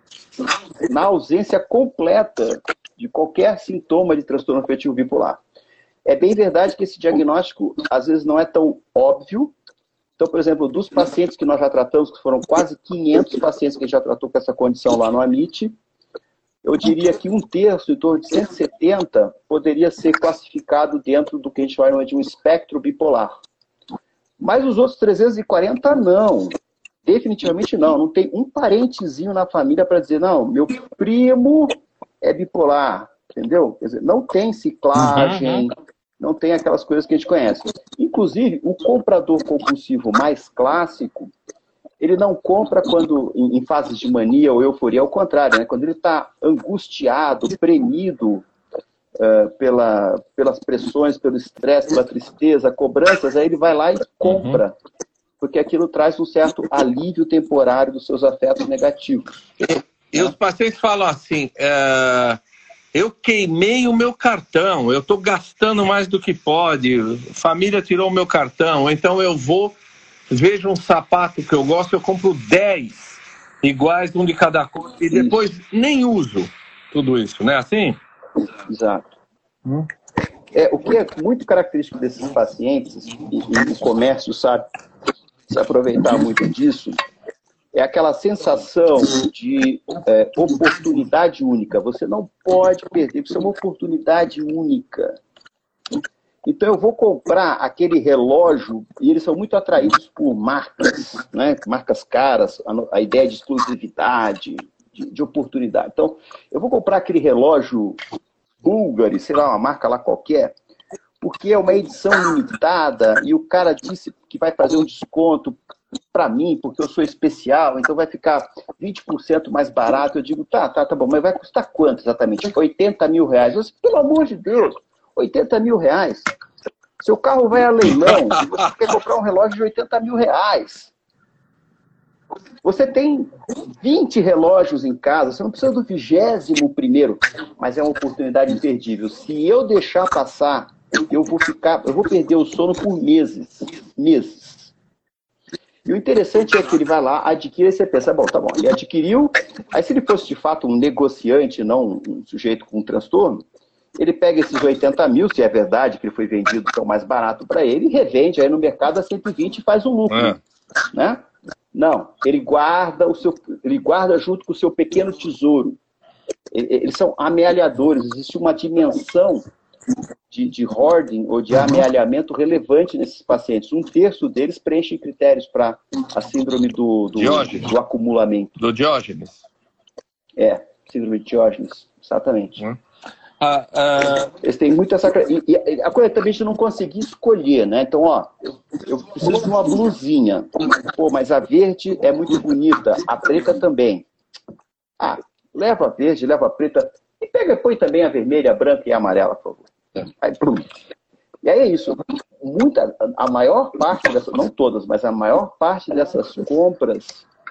na ausência completa de qualquer sintoma de transtorno afetivo bipolar. É bem verdade que esse diagnóstico, às vezes, não é tão óbvio. Então, por exemplo, dos pacientes que nós já tratamos, que foram quase quinhentos pacientes que a gente já tratou com essa condição lá no AMIT, eu diria que um terço, em torno de cento e setenta, poderia ser classificado dentro do que a gente chama de um espectro bipolar. Mas os outros trezentos e quarenta, não. Definitivamente não. Não tem um parentezinho na família para dizer, não, meu primo é bipolar, entendeu? Quer dizer, não tem ciclagem, uhum. não tem aquelas coisas que a gente conhece. Inclusive, o comprador compulsivo mais clássico, ele não compra quando em, em fases de mania ou euforia, ao contrário, né? Quando ele está angustiado, premido uh, pela, pelas pressões, pelo estresse, pela tristeza, cobranças, aí ele vai lá e compra. Uhum. Porque aquilo traz um certo alívio temporário dos seus afetos negativos. E, e os pacientes falam assim, é, eu queimei o meu cartão, eu estou gastando mais do que pode, a família tirou o meu cartão, então eu vou, vejo um sapato que eu gosto, eu compro dez iguais, um de cada cor, e depois isso. nem uso tudo isso, não é assim? Exato. Hum. É, o que é muito característico desses pacientes, e, e o comércio sabe se aproveitar muito disso, é aquela sensação de é, oportunidade única. Você não pode perder, isso é uma oportunidade única. Então eu vou comprar aquele relógio, e eles são muito atraídos por marcas, né? Marcas caras, a, a ideia de exclusividade, de, de oportunidade. Então, eu vou comprar aquele relógio Bulgari, sei lá, uma marca lá qualquer, porque é uma edição limitada e o cara disse que vai fazer um desconto para mim, porque eu sou especial, então vai ficar vinte por cento mais barato. Eu digo, tá, tá, tá bom, mas vai custar quanto exatamente? oitenta mil reais. Eu disse, pelo amor de Deus, oitenta mil reais. Seu carro vai a leilão e você quer comprar um relógio de oitenta mil reais. Você tem vinte relógios em casa, você não precisa do vigésimo primeiro, mas é uma oportunidade imperdível. Se eu deixar passar, eu vou ficar, eu vou perder o sono por meses, meses. E o interessante é que ele vai lá, adquire, e você pensa, bom, tá bom, ele adquiriu, aí se ele fosse de fato um negociante, não um sujeito com um transtorno, ele pega esses oitenta mil, se é verdade que ele foi vendido tão mais barato para ele, e revende aí no mercado a cento e vinte e faz um lucro, é. né? Não, ele guarda, o seu, ele guarda junto com o seu pequeno tesouro. Eles são amealhadores, existe uma dimensão de, de hoarding ou de amealhamento relevante nesses pacientes. Um terço deles preenche critérios para a síndrome do, do, do acumulamento. Do Diógenes. É, síndrome de Diógenes, exatamente. Hum. Ah, ah... Eles têm muita essa... E, e a coisa também a gente não conseguir escolher, né? Então, ó, eu, eu preciso de uma blusinha. Pô, mas a verde é muito bonita, a preta também. Ah, leva a verde, leva a preta, e pega, põe também a vermelha, a branca e a amarela, por favor. Aí, pronto. E aí é isso. Muita, a maior parte dessas, não todas, mas a maior parte dessas compras,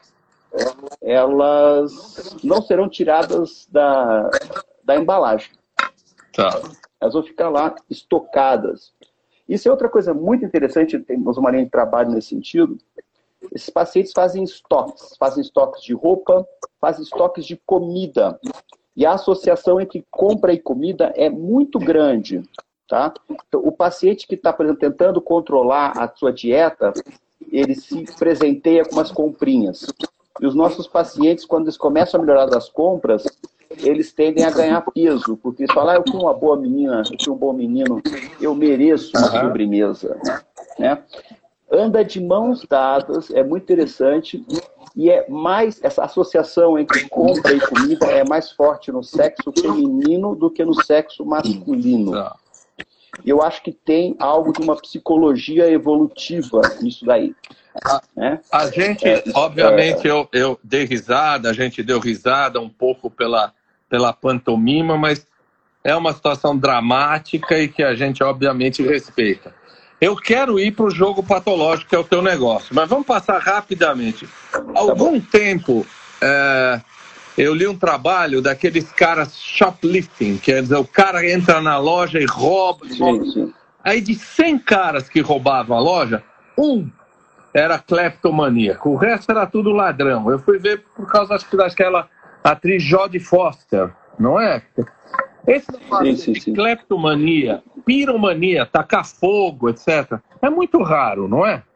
elas não serão tiradas da, da embalagem. Tá. Elas vão ficar lá estocadas. Isso é outra coisa muito interessante, temos uma linha de trabalho nesse sentido. Esses pacientes fazem estoques, fazem estoques de roupa, fazem estoques de comida. E a associação entre compra e comida é muito grande. Tá? Então, o paciente que está, por exemplo, tentando controlar a sua dieta, ele se presenteia com umas comprinhas. E os nossos pacientes, quando eles começam a melhorar das compras, eles tendem a ganhar peso, porque eles falam, ah, eu fui uma boa menina, eu fui um bom menino, eu mereço uma uhum. sobremesa. Né? Anda de mãos dadas, é muito interessante, e é mais, essa associação entre compra e comida é mais forte no sexo feminino do que no sexo masculino. Eu acho que tem algo de uma psicologia evolutiva nisso daí. A, né? a gente, é, obviamente, é... eu, eu dei risada, a gente deu risada um pouco pela, pela pantomima, mas é uma situação dramática e que a gente, obviamente, respeita. Eu quero ir para o jogo patológico, que é o teu negócio, mas vamos passar rapidamente. Há algum tempo, é, eu li um trabalho daqueles caras shoplifting, quer dizer, o cara entra na loja e rouba. Sim, sim. Aí de cem caras que roubavam a loja, um era cleptomaníaco, o resto era tudo ladrão. Eu fui ver por causa acho que daquela atriz Jodie Foster, não é? Esse negócio sim, de sim. cleptomania, piromania, tacar fogo, etcétera, é muito raro, não é?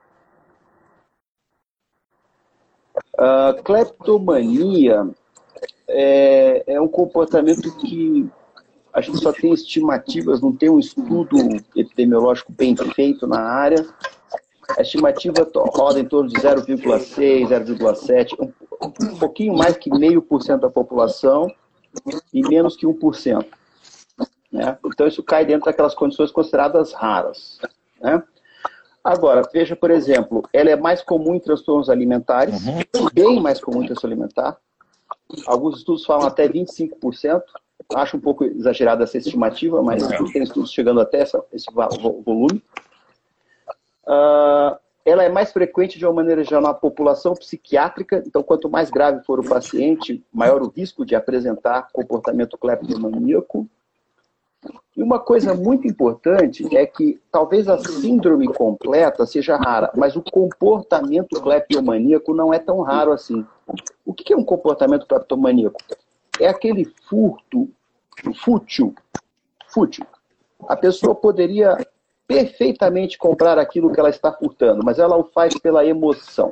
Uh, cleptomania é, é um comportamento que a gente só tem estimativas, não tem um estudo epidemiológico bem feito na área. A estimativa roda em torno de zero vírgula seis, zero vírgula sete, um, um pouquinho mais que meio por cento da população e menos que um por cento. Né? Então isso cai dentro daquelas condições consideradas raras. Né? Agora, veja, por exemplo, ela é mais comum em transtornos alimentares, uhum. bem mais comum em transtorno alimentar. Alguns estudos falam até vinte e cinco por cento. Acho um pouco exagerada essa estimativa, mas tem estudos chegando até essa, esse volume. Uh, ela é mais frequente de uma maneira geral na população psiquiátrica, então quanto mais grave for o paciente, maior o risco de apresentar comportamento cleptomaníaco. E uma coisa muito importante é que talvez a síndrome completa seja rara, mas o comportamento cleptomaníaco não é tão raro assim. O que é um comportamento cleptomaníaco? É aquele furto fútil. Fútil. A pessoa poderia perfeitamente comprar aquilo que ela está furtando, mas ela o faz pela emoção.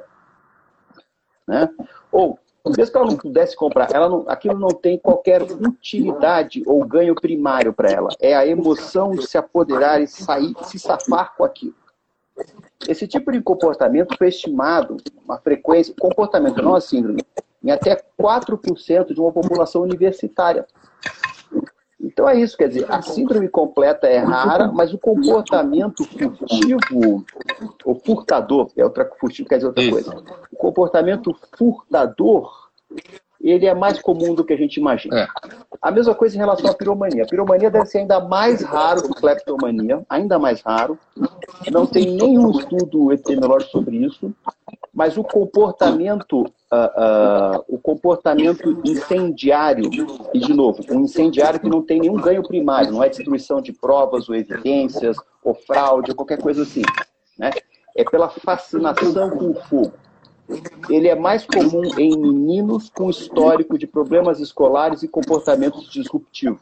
Né? Ou, mesmo que ela não pudesse comprar, ela não, aquilo não tem qualquer utilidade ou ganho primário para ela. É a emoção de se apoderar e sair, se safar com aquilo. Esse tipo de comportamento foi estimado, uma frequência, comportamento não a síndrome, em até quatro por cento de uma população universitária. Então é isso, quer dizer, a síndrome completa é rara, mas o comportamento furtivo, ou furtador, é outra, furtivo quer dizer outra coisa. O comportamento furtador, ele é mais comum do que a gente imagina. É. A mesma coisa em relação à piromania. A piromania deve ser ainda mais raro que a cleptomania, ainda mais raro. Não tem nenhum estudo epidemiológico sobre isso, mas o comportamento, uh, uh, o comportamento incendiário, e de novo, um incendiário que não tem nenhum ganho primário, não é destruição de provas ou evidências, ou fraude, ou qualquer coisa assim. Né? É pela fascinação com o fogo. Ele é mais comum em meninos com histórico de problemas escolares e comportamentos disruptivos.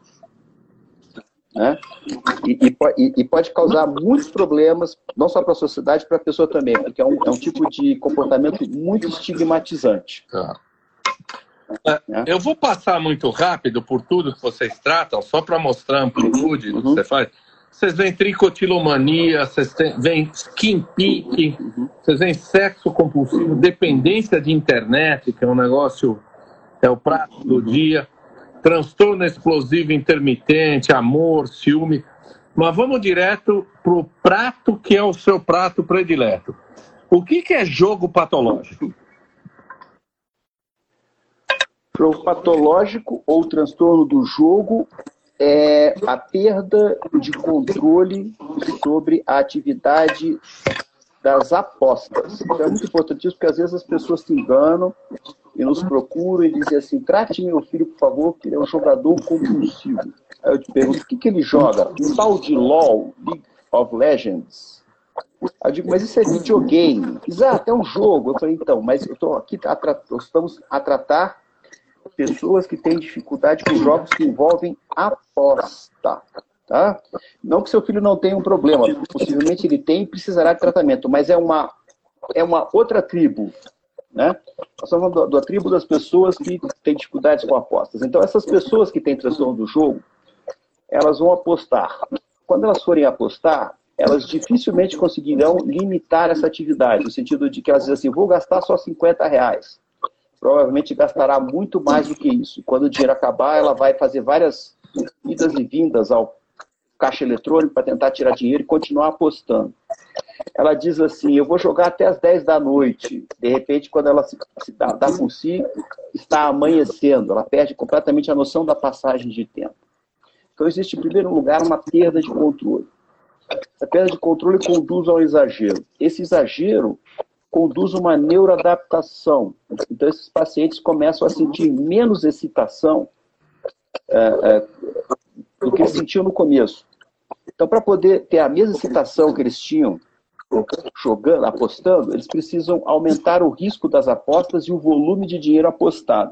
Né? E, e, e pode causar muitos problemas, não só para a sociedade, para a pessoa também, porque é um, é um tipo de comportamento muito estigmatizante. Tá. É, né? Eu vou passar muito rápido por tudo que vocês tratam, só para mostrar a amplitude do que você faz. Vocês veem tricotilomania, vocês veem skin pick, vocês veem sexo compulsivo, dependência de internet, que é um negócio, é o prato do dia, transtorno explosivo intermitente, amor, ciúme. Mas vamos direto para o prato que é o seu prato predileto. O que, que é jogo patológico? Jogo patológico ou transtorno do jogo é a perda de controle sobre a atividade das apostas. Então é muito importante isso, porque às vezes as pessoas se enganam e nos procuram e dizem assim, trate meu filho, por favor, que ele é um jogador compulsivo. Aí eu te pergunto, o que, que ele joga? Um tal de LOL, League of Legends. Aí eu digo, mas isso é videogame. Exato, é um jogo. Eu falei, então, mas eu tô aqui, a tra... estamos a tratar pessoas que têm dificuldade com jogos que envolvem aposta. Tá? Não que seu filho não tenha um problema, possivelmente ele tem e precisará de tratamento, mas é uma, é uma outra tribo. Né? Nós estamos falando da tribo das pessoas que têm dificuldades com apostas. Então, essas pessoas que têm transtorno do jogo, elas vão apostar. Quando elas forem apostar, elas dificilmente conseguirão limitar essa atividade, no sentido de que elas dizem assim, vou gastar só cinquenta reais. Provavelmente gastará muito mais do que isso. Quando o dinheiro acabar, ela vai fazer várias idas e vindas ao caixa eletrônico para tentar tirar dinheiro e continuar apostando. Ela diz assim, eu vou jogar até as dez da noite. De repente, quando ela se, se dá, dá por si, está amanhecendo. Ela perde completamente a noção da passagem de tempo. Então, existe, em primeiro lugar, uma perda de controle. A perda de controle conduz ao exagero. Esse exagero conduz a uma neuroadaptação. Então, esses pacientes começam a sentir menos excitação é, é, do que eles sentiam no começo. Então, para poder ter a mesma excitação que eles tinham jogando, apostando, eles precisam aumentar o risco das apostas e o volume de dinheiro apostado.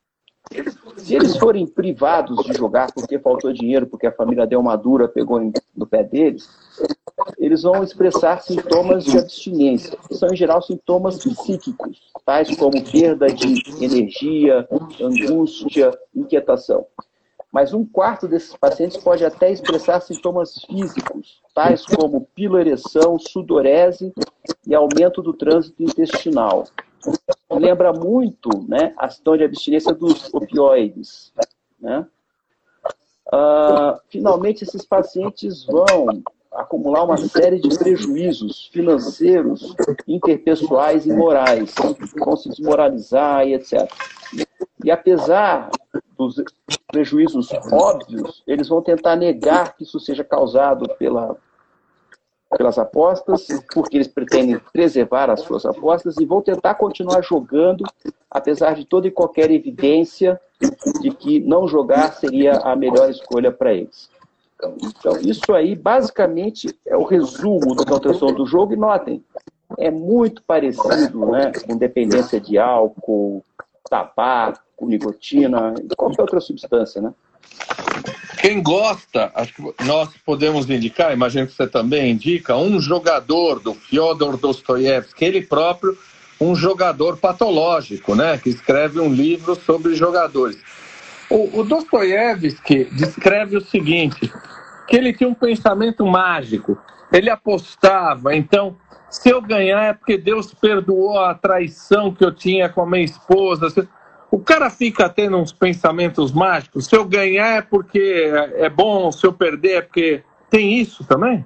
Se eles forem privados de jogar porque faltou dinheiro, porque a família deu uma dura, pegou no pé deles, eles vão expressar sintomas de abstinência, que são, em geral, sintomas psíquicos, tais como perda de energia, angústia, inquietação. Mas um quarto desses pacientes pode até expressar sintomas físicos, tais como piloereção, sudorese e aumento do trânsito intestinal. Lembra muito, né, a situação de abstinência dos opioides. Né? Uh, finalmente, esses pacientes vão acumular uma série de prejuízos financeiros, interpessoais e morais, vão se desmoralizar e etcétera. E apesar dos prejuízos óbvios, eles vão tentar negar que isso seja causado pela, pelas apostas, porque eles pretendem preservar as suas apostas e vão tentar continuar jogando, apesar de toda e qualquer evidência de que não jogar seria a melhor escolha para eles. Então, isso aí, basicamente, é o resumo da manutenção do jogo. E notem, é muito parecido, né, com dependência de álcool, tabaco, nicotina e qualquer outra substância, né? Quem gosta, acho que nós podemos indicar, imagino que você também indica, um jogador do Fyodor Dostoiévski, ele próprio, um jogador patológico, né, que escreve um livro sobre jogadores. O, o Dostoiévski descreve o seguinte, que ele tinha um pensamento mágico, ele apostava, então, se eu ganhar é porque Deus perdoou a traição que eu tinha com a minha esposa. O cara fica tendo uns pensamentos mágicos, se eu ganhar é porque é bom, se eu perder é porque... Tem isso também?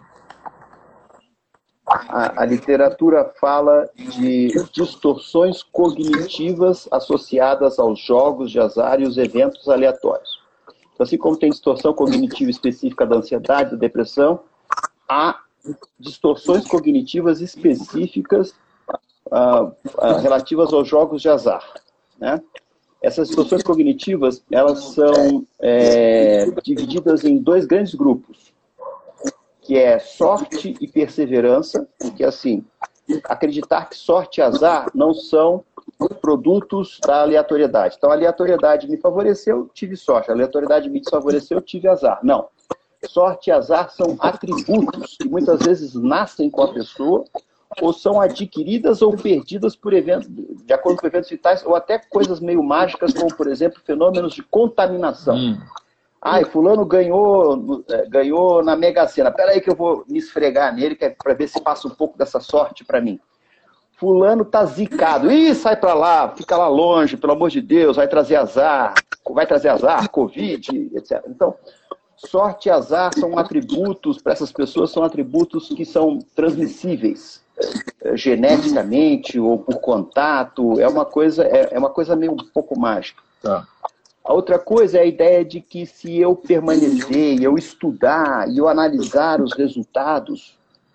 A, a literatura fala de distorções cognitivas associadas aos jogos de azar e os eventos aleatórios. Então, assim como tem distorção cognitiva específica da ansiedade, da depressão, há distorções cognitivas específicas uh, uh, relativas aos jogos de azar, né? Essas distorções cognitivas, elas são é, divididas em dois grandes grupos, que é sorte e perseverança, que é assim, acreditar que sorte e azar não são produtos da aleatoriedade. Então, a aleatoriedade me favoreceu, tive sorte. A aleatoriedade me desfavoreceu, tive azar. Não. Sorte e azar são atributos que muitas vezes nascem com a pessoa ou são adquiridas ou perdidas por eventos, de acordo com eventos vitais, ou até coisas meio mágicas, como, por exemplo, fenômenos de contaminação. Hum. Ai, fulano ganhou, ganhou na Mega Sena. Espera aí que eu vou me esfregar nele para ver se passa um pouco dessa sorte para mim. Fulano tá zicado. Ih, sai para lá, fica lá longe, pelo amor de Deus, vai trazer azar, vai trazer azar, Covid, etcétera. Então, sorte e azar são atributos, para essas pessoas, são atributos que são transmissíveis geneticamente ou por contato. É uma coisa, é, é uma coisa meio um pouco mágica. Tá. A outra coisa é a ideia de que se eu permanecer, eu estudar e eu analisar os resultados,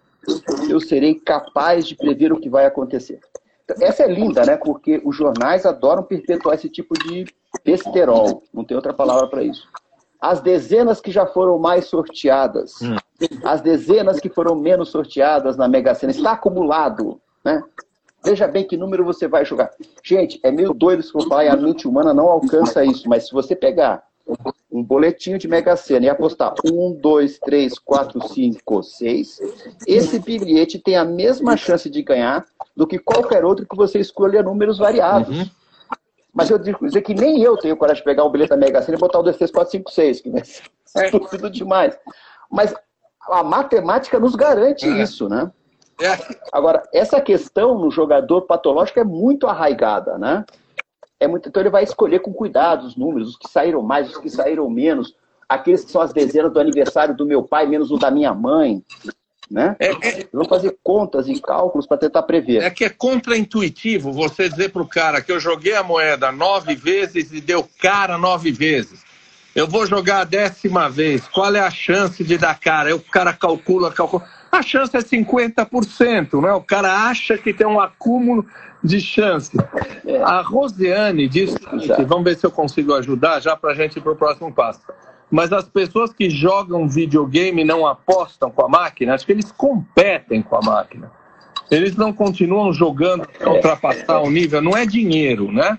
eu serei capaz de prever o que vai acontecer. Essa é linda, né? Porque os jornais adoram perpetuar esse tipo de besterol. Não tem outra palavra para isso. As dezenas que já foram mais sorteadas, hum. as dezenas que foram menos sorteadas na Mega Sena, está acumulado, né? Veja bem que número você vai jogar. Gente, é meio doido se for falar e a mente humana não alcança isso, mas se você pegar um boletinho de Mega Sena e apostar um, dois, três, quatro, cinco, seis, esse bilhete tem a mesma chance de ganhar do que qualquer outro que você escolha números variados. Uhum. Mas eu digo dizer que nem eu tenho coragem de pegar um bilhete da Mega Sena e botar o dois, três, quatro, cinco, seis, que vai ser estúpido demais. Mas a matemática nos garante é. isso, né? É. Agora, essa questão no jogador patológico é muito arraigada, né? É muito, então ele vai escolher com cuidado os números, os que saíram mais, os que saíram menos, aqueles que são as dezenas do aniversário do meu pai, menos o da minha mãe, né? É, é, vão fazer contas e cálculos para tentar prever. É que é contraintuitivo você dizer para o cara que eu joguei a moeda nove vezes e deu cara nove vezes. eu vou jogar a décima vez, qual é a chance de dar cara? Aí o cara calcula, calcula. A chance é cinquenta por cento, né? O cara acha que tem um acúmulo de chance. É. A Rosiane disse, vamos ver se eu consigo ajudar já para a gente ir para o próximo passo. Mas as pessoas que jogam videogame não apostam com a máquina, acho que eles competem com a máquina. Eles não continuam jogando para ultrapassar o nível, não é dinheiro, né?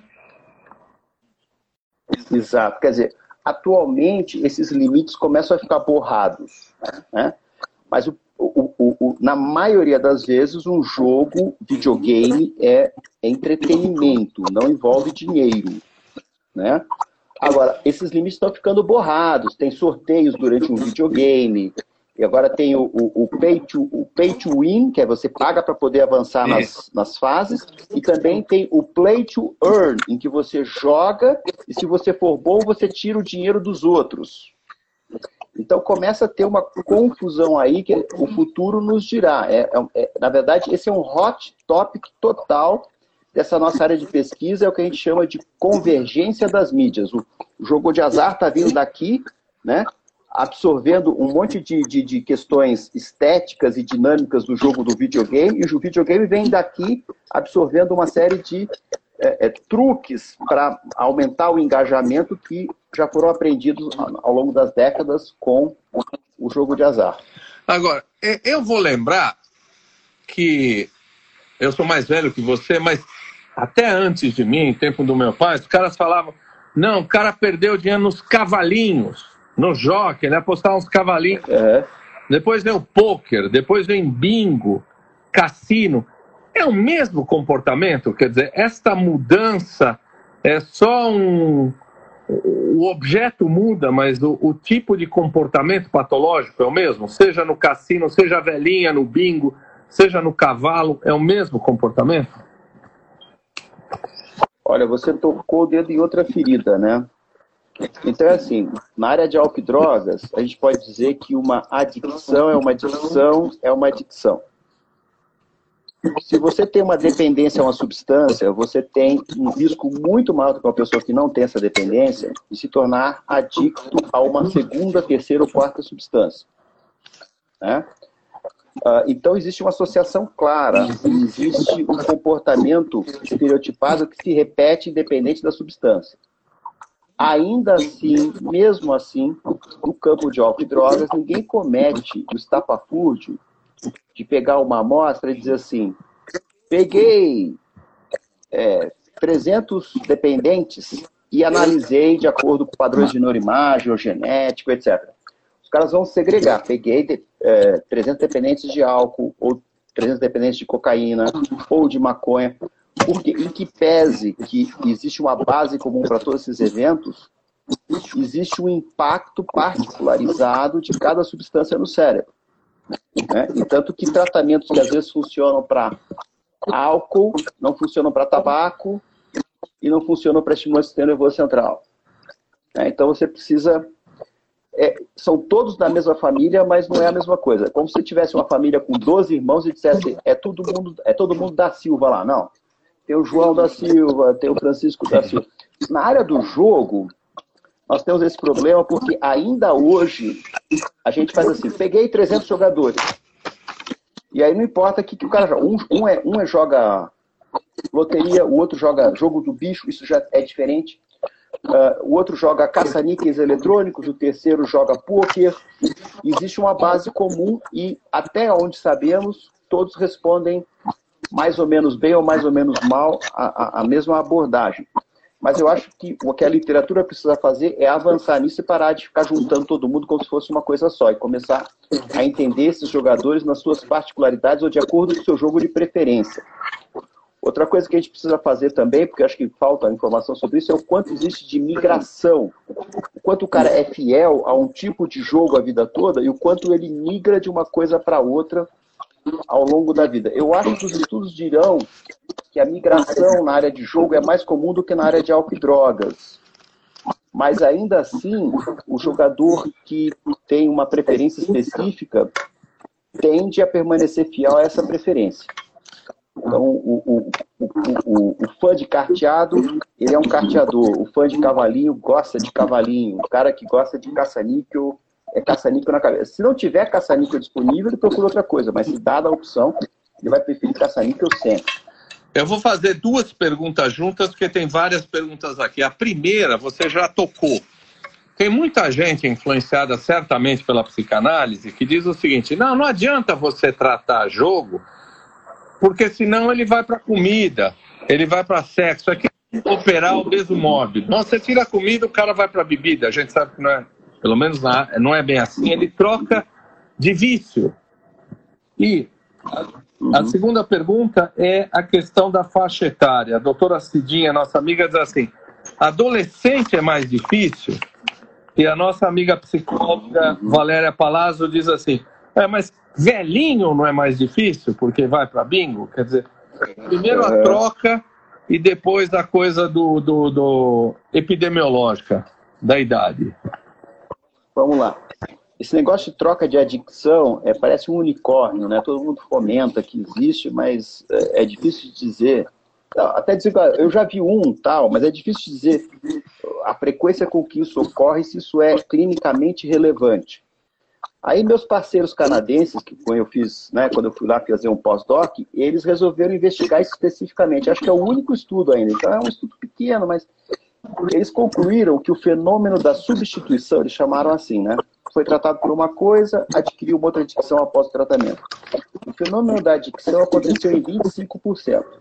Exato, quer dizer, atualmente esses limites começam a ficar borrados, né? Mas o, o, o, o, na maioria das vezes um jogo, videogame, é entretenimento, não envolve dinheiro, né? Agora, esses limites estão ficando borrados, tem sorteios durante um videogame, e agora tem o, o, o, pay to, o pay to win, que é você paga para poder avançar nas, nas fases, e também tem o play to earn, em que você joga, e se você for bom, você tira o dinheiro dos outros. Então começa a ter uma confusão aí que o futuro nos dirá. É, é, na verdade, esse é um hot topic total dessa nossa área de pesquisa, é o que a gente chama de convergência das mídias. O jogo de azar está vindo daqui, né, absorvendo um monte de, de, de questões estéticas e dinâmicas do jogo do videogame, e o videogame vem daqui absorvendo uma série de é, é, truques para aumentar o engajamento que já foram aprendidos ao longo das décadas com o jogo de azar. Agora, eu vou lembrar que eu sou mais velho que você, mas até antes de mim, tempo do meu pai, os caras falavam, não, o cara perdeu dinheiro nos cavalinhos, no jockey, né? Apostar uns cavalinhos. É. Depois vem o pôquer, depois vem bingo, cassino. É o mesmo comportamento? Quer dizer, esta mudança é só um... O objeto muda, mas o, o tipo de comportamento patológico é o mesmo? Seja no cassino, seja a velhinha no bingo, seja no cavalo, é o mesmo comportamento? Olha, você tocou o dedo em outra ferida, né? Então, é assim, na área de álcool e drogas, a gente pode dizer que uma adicção é uma adicção, é uma adicção. Se você tem uma dependência a uma substância, você tem um risco muito maior do que uma pessoa que não tem essa dependência de se tornar adicto a uma segunda, terceira ou quarta substância, né? Uh, então, existe uma associação clara, existe um comportamento estereotipado que se repete independente da substância. Ainda assim, mesmo assim, no campo de álcool e drogas, ninguém comete o estapafúrdio de pegar uma amostra e dizer assim, peguei é, trezentos dependentes e analisei de acordo com padrões de neuroimagem ou genético, etcétera. Os caras vão segregar. Peguei é, trezentos dependentes de álcool, ou trezentos dependentes de cocaína, ou de maconha. Porque, em que pese que existe uma base comum para todos esses eventos, existe um impacto particularizado de cada substância no cérebro, né? E tanto que tratamentos que às vezes funcionam para álcool, não funcionam para tabaco, e não funcionam para estimulantes do sistema nervoso central. É, então você precisa... É, são todos da mesma família, mas não é a mesma coisa. Como se tivesse uma família com doze irmãos e dissesse, é todo mundo, é todo mundo da Silva lá. Não. Tem o João da Silva, tem o Francisco da Silva. Na área do jogo, nós temos esse problema porque ainda hoje a gente faz assim, peguei trezentos jogadores. E aí não importa o que, que o cara joga. Um, um, é, um é joga loteria, o outro joga jogo do bicho, isso já é diferente. Uh, o outro joga caça-níqueis eletrônicos, o terceiro joga pôquer. Existe uma base comum e, até onde sabemos, todos respondem mais ou menos bem ou mais ou menos mal a, a, a mesma abordagem. Mas eu acho que o que a literatura precisa fazer é avançar nisso e parar de ficar juntando todo mundo como se fosse uma coisa só e começar a entender esses jogadores nas suas particularidades ou de acordo com o seu jogo de preferência. Outra coisa que a gente precisa fazer também, porque acho que falta informação sobre isso, é o quanto existe de migração. O quanto o cara é fiel a um tipo de jogo a vida toda e o quanto ele migra de uma coisa para outra ao longo da vida. Eu acho que os estudos dirão que a migração na área de jogo é mais comum do que na área de álcool e drogas. Mas ainda assim, o jogador que tem uma preferência específica tende a permanecer fiel a essa preferência. Então, o, o, o, o, o fã de carteado, ele é um carteador. O fã de cavalinho gosta de cavalinho. O cara que gosta de caça-níquel é caça-níquel na cabeça. Se não tiver caça-níquel disponível, ele procura outra coisa. Mas se dada a opção, ele vai preferir caça-níquel sempre. Eu vou fazer duas perguntas juntas, porque tem várias perguntas aqui. A primeira, você já tocou. Tem muita gente influenciada certamente pela psicanálise que diz o seguinte: não, não adianta você tratar jogo, porque senão ele vai para comida, ele vai para sexo. Aqui operar o mesmo mórbido. Não, você tira a comida, o cara vai para bebida. A gente sabe que não é, pelo menos não é bem assim. Ele troca de vício. E a segunda pergunta é a questão da faixa etária. A doutora Cidinha, nossa amiga, diz assim: adolescente é mais difícil? E a nossa amiga psicóloga Valéria Palazzo diz assim: é, mas velhinho não é mais difícil porque vai para bingo? Quer dizer, primeiro a troca e depois a coisa do, do, do epidemiológica da idade. Vamos lá. Esse negócio de troca de adicção é, parece um unicórnio, né? Todo mundo comenta que existe, mas é, é difícil de dizer. Não, até dizer, eu já vi um tal, mas é difícil dizer a frequência com que isso ocorre, se isso é clinicamente relevante. Aí meus parceiros canadenses, que quando eu fiz, né, quando eu fui lá fazer um pós-doc, eles resolveram investigar isso especificamente. Acho que é o único estudo ainda. Então é um estudo pequeno, mas eles concluíram que o fenômeno da substituição, eles chamaram assim, né? Foi tratado por uma coisa, adquiriu uma outra adicção após o tratamento. O fenômeno da adicção aconteceu em vinte e cinco por cento.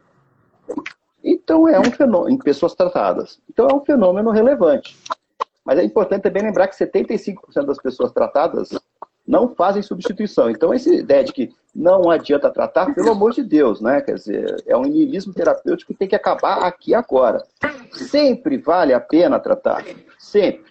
Então é um fenômeno, em pessoas tratadas. Então é um fenômeno relevante. Mas é importante também lembrar que setenta e cinco por cento das pessoas tratadas não fazem substituição. Então essa ideia de que não adianta tratar, pelo amor de Deus, né? Quer dizer, é um niilismo terapêutico que tem que acabar aqui e agora. Sempre vale a pena tratar. Sempre.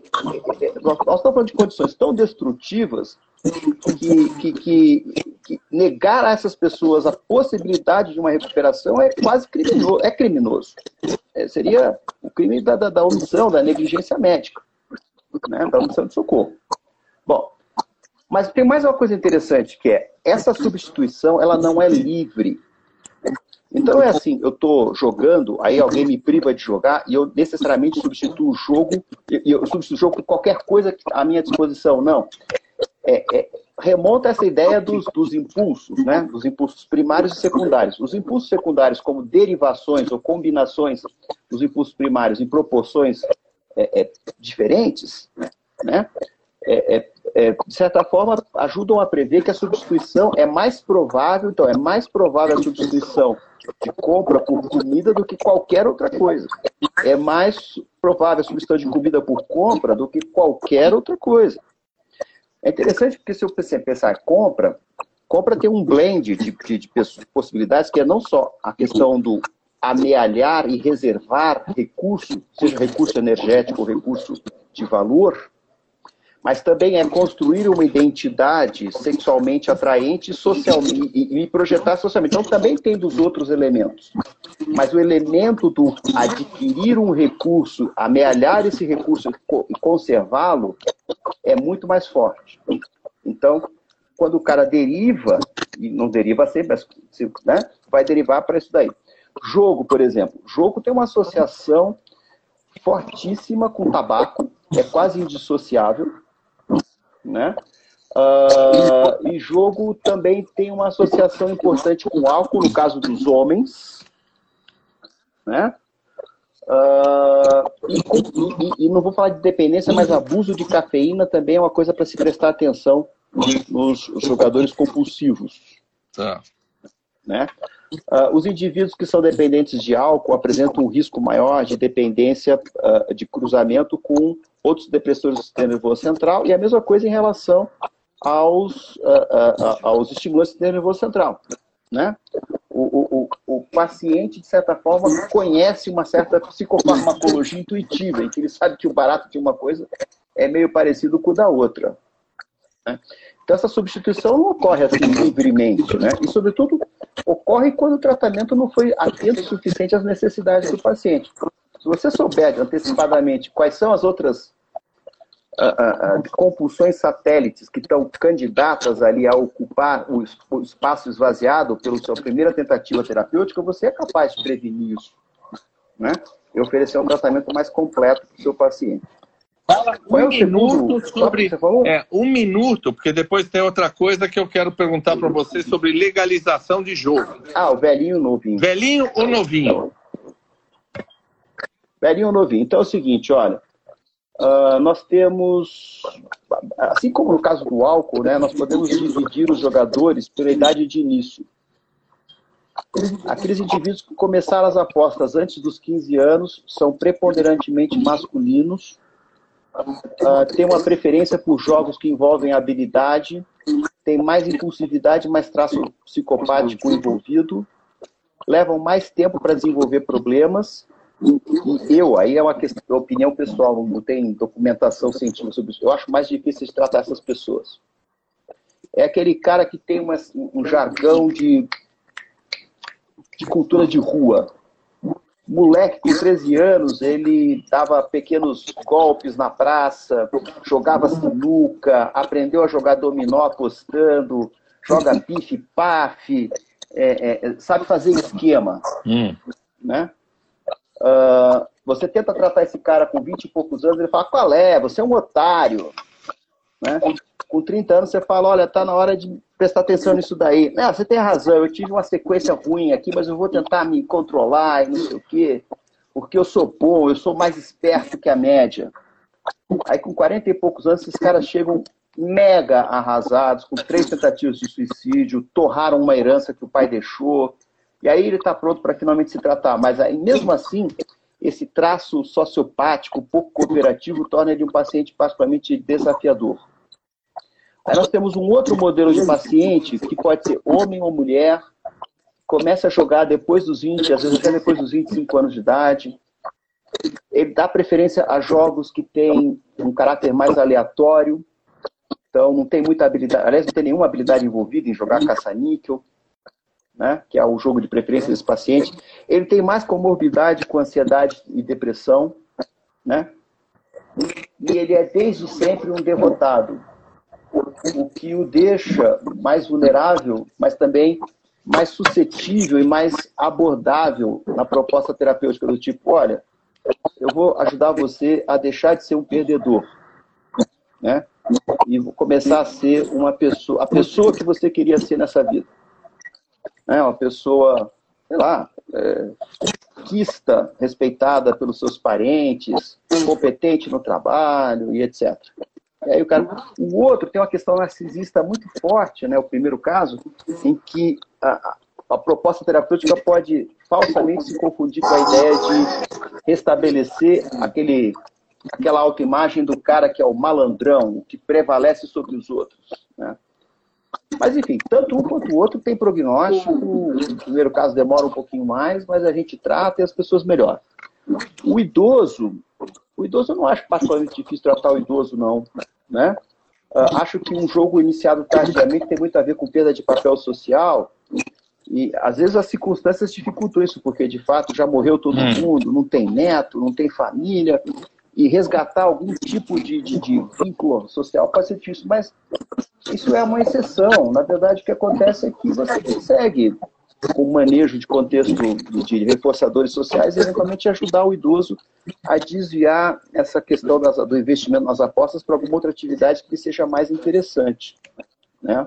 Nós estamos falando de condições tão destrutivas que, que, que, que negar a essas pessoas a possibilidade de uma recuperação é quase criminoso. É criminoso. É, seria o crime da, da, da omissão, da negligência médica, né, da omissão de socorro. Bom, mas tem mais uma coisa interessante, que é essa substituição, ela não é livre. Então é assim, eu estou jogando, aí alguém me priva de jogar e eu necessariamente substituo o jogo, e eu substituo o jogo com qualquer coisa à minha disposição. Não. É, é, remonta essa ideia dos, dos impulsos, né? Dos impulsos primários e secundários. Os impulsos secundários, como derivações ou combinações dos impulsos primários em proporções é, é, diferentes, né? É, é, é, de certa forma, ajudam a prever que a substituição é mais provável, então é mais provável a substituição de compra por comida do que qualquer outra coisa. É mais provável a substituição de comida por compra do que qualquer outra coisa. É interessante porque se você pensar em compra, compra tem um blend de, de, de possibilidades, que é não só a questão do amealhar e reservar recurso, seja recurso energético ou recurso de valor, mas também é construir uma identidade sexualmente atraente socialmente, e, e projetar socialmente. Então também tem dos outros elementos. Mas o elemento do adquirir um recurso, amealhar esse recurso e conservá-lo é muito mais forte. Então, quando o cara deriva, e não deriva sempre, mas, né, vai derivar para isso daí. Jogo, por exemplo. Jogo tem uma associação fortíssima com tabaco, é quase indissociável, né? Uh, e jogo também tem uma associação importante com álcool, no caso dos homens, né? Uh, e, e, e não vou falar de dependência, mas abuso de cafeína também é uma coisa para se prestar atenção nos jogadores compulsivos. Tá. Né? Uh, os indivíduos que são dependentes de álcool apresentam um risco maior de dependência, uh, de cruzamento com outros depressores do sistema nervoso central, e a mesma coisa em relação aos, uh, uh, uh, aos estimulantes do sistema nervoso central. Né? O, o, o paciente, de certa forma, conhece uma certa psicofarmacologia intuitiva, em que ele sabe que o barato de uma coisa é meio parecido com o da outra. Né? Então, essa substituição não ocorre assim livremente, né? E, sobretudo, ocorre quando o tratamento não foi atento o suficiente às necessidades do paciente. Se você souber antecipadamente quais são as outras uh, uh, de compulsões satélites que estão candidatas ali a ocupar o, o espaço esvaziado pela sua primeira tentativa terapêutica, você é capaz de prevenir isso, né? E oferecer um tratamento mais completo para o seu paciente. Fala um Qual é o minuto segundo? sobre... Você falou? É, um minuto, porque depois tem outra coisa que eu quero perguntar para você sobre legalização de jogo. Ah, o velhinho ou novinho. Velhinho ou novinho? Velhinho ou novinho. Então é o seguinte, olha, uh, nós temos, assim como no caso do álcool, né, nós podemos dividir os jogadores pela idade de início. Aqueles indivíduos que começaram as apostas antes dos quinze anos são preponderantemente masculinos, uh, têm uma preferência por jogos que envolvem habilidade, têm mais impulsividade, mais traço psicopático envolvido, levam mais tempo para desenvolver problemas. E eu, aí é uma questão de opinião pessoal, não tem documentação científica sobre isso. Eu acho mais difícil de tratar essas pessoas. É aquele cara que tem uma, um jargão de, de cultura de rua. Moleque com treze anos, ele dava pequenos golpes na praça, jogava sinuca, aprendeu a jogar dominó apostando, joga pife-pafe, é, é, sabe fazer esquema, Hum. né? Uh, você tenta tratar esse cara com vinte e poucos anos, ele fala, qual é? Você é um otário. Né? Com trinta anos você fala, olha, tá na hora de prestar atenção nisso daí. Não, você tem razão, eu tive uma sequência ruim aqui, mas eu vou tentar me controlar e não sei o quê, porque eu sou bom, eu sou mais esperto que a média. Aí com quarenta e poucos anos, esses caras chegam mega arrasados, com três tentativas de suicídio, torraram uma herança que o pai deixou. E aí ele está pronto para finalmente se tratar. Mas aí, mesmo assim, esse traço sociopático, pouco cooperativo, torna ele um paciente particularmente desafiador. Aí nós temos um outro modelo de paciente, que pode ser homem ou mulher, começa a jogar depois dos vinte, às vezes até depois dos vinte e cinco anos de idade. Ele dá preferência a jogos que têm um caráter mais aleatório, então não tem muita habilidade, aliás, não tem nenhuma habilidade envolvida em jogar caça-níquel. Né, que é o jogo de preferência desse paciente, ele tem mais comorbidade com ansiedade e depressão, né? E ele é desde sempre um derrotado, o que o deixa mais vulnerável, mas também mais suscetível e mais abordável na proposta terapêutica do tipo, olha, eu vou ajudar você a deixar de ser um perdedor, né? E vou começar a ser uma pessoa, a pessoa que você queria ser nessa vida. É uma pessoa, sei lá, é, quista, respeitada pelos seus parentes, competente no trabalho e etcétera. E aí o, cara, o outro tem uma questão narcisista muito forte, né? O primeiro caso, em que a, a proposta terapêutica pode falsamente se confundir com a ideia de restabelecer aquele, aquela autoimagem do cara que é o malandrão, o que prevalece sobre os outros, né? Mas, enfim, tanto um quanto o outro tem prognóstico. No primeiro caso demora um pouquinho mais, mas a gente trata e as pessoas melhoram. O idoso, o idoso eu não acho particularmente difícil tratar o idoso, não. Né? Uh, acho que um jogo iniciado tardiamente tem muito a ver com perda de papel social. E, às vezes, as circunstâncias dificultam isso, porque, de fato, já morreu todo mundo, não tem neto, não tem família. E resgatar algum tipo de, de, de vínculo social pode ser difícil, mas isso é uma exceção. Na verdade, o que acontece é que você consegue, com o manejo de contexto de reforçadores sociais, eventualmente ajudar o idoso a desviar essa questão das, do investimento nas apostas para alguma outra atividade que seja mais interessante. Né?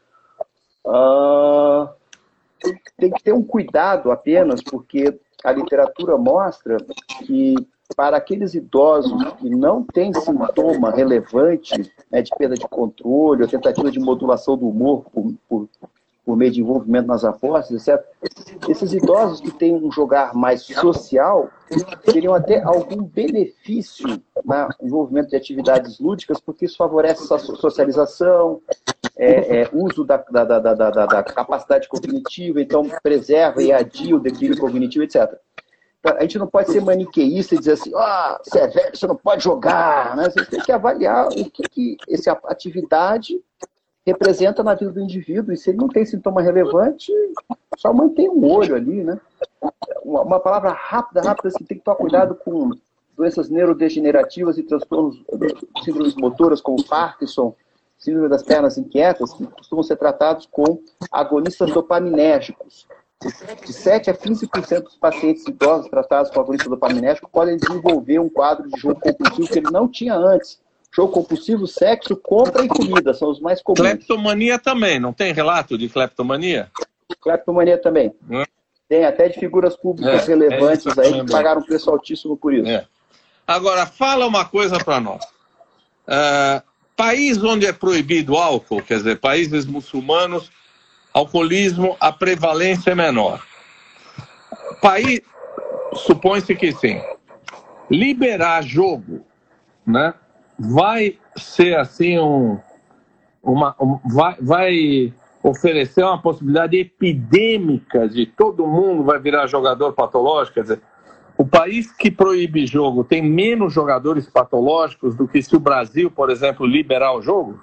Uh, tem que ter um cuidado apenas, porque a literatura mostra que para aqueles idosos que não têm sintoma relevante, né, de perda de controle, ou tentativa de modulação do humor por, por, por meio de envolvimento nas apostas, etcétera, esses idosos que têm um jogar mais social teriam até algum benefício no envolvimento de atividades lúdicas, porque isso favorece a socialização, é, é, uso da, da, da, da, da, da capacidade cognitiva, então preserva e adia o declínio cognitivo, etcétera. A gente não pode ser maniqueísta e dizer assim, ah, você é velho, você não pode jogar. Né? Você tem que avaliar o que, que essa atividade representa na vida do indivíduo. E se ele não tem sintoma relevante, só mantém um olho ali. Né? Uma, uma palavra rápida, rápida, assim, tem que tomar cuidado com doenças neurodegenerativas e transtornos, síndromes motoras como Parkinson, síndrome das pernas inquietas, que costumam ser tratados com agonistas dopaminérgicos. De sete a quinze por cento dos pacientes idosos tratados com agonista dopaminérgico podem desenvolver um quadro de jogo compulsivo que ele não tinha antes. Jogo compulsivo, sexo, compra e comida são os mais comuns. Cleptomania também, não tem relato de cleptomania? Cleptomania também. Hum. Tem até de figuras públicas é, relevantes é aí que pagaram um preço altíssimo por isso. É. Agora, fala uma coisa para nós. Uh, país onde é proibido álcool, quer dizer, países muçulmanos, alcoolismo, a prevalência é menor. País, supõe-se que sim. Liberar jogo, né? Vai ser assim um, uma, um, vai, vai oferecer uma possibilidade epidêmica de todo mundo vai virar jogador patológico, quer dizer, o país que proíbe jogo tem menos jogadores patológicos do que se o Brasil, por exemplo, liberar o jogo?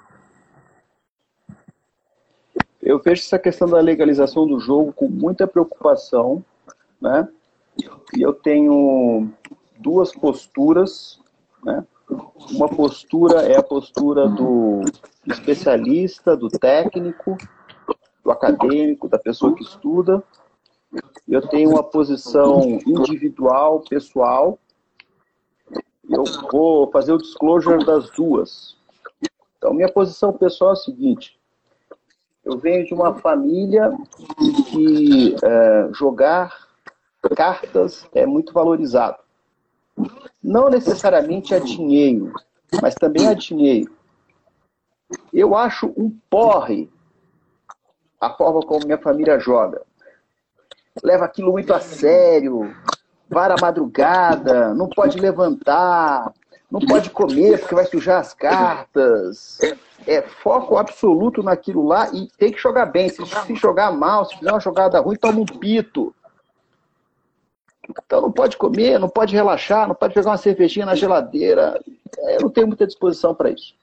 Eu vejo essa questão da legalização do jogo com muita preocupação, né? E eu tenho duas posturas, né? Uma postura é a postura do especialista, do técnico, do acadêmico, da pessoa que estuda. Eu tenho uma posição individual, pessoal. Eu vou fazer o disclosure das duas. Então, minha posição pessoal é a seguinte. Eu venho de uma família que é, jogar cartas é muito valorizado. Não necessariamente a dinheiro, mas também a dinheiro. Eu acho um porre a forma como minha família joga. Leva aquilo muito a sério, vara a madrugada, não pode levantar, não pode comer porque vai sujar as cartas. É foco absoluto naquilo lá e tem que jogar bem. Se, se jogar mal, se fizer uma jogada ruim, toma um pito. Então não pode comer, não pode relaxar, não pode pegar uma cervejinha na geladeira. Eu não tenho muita disposição para isso.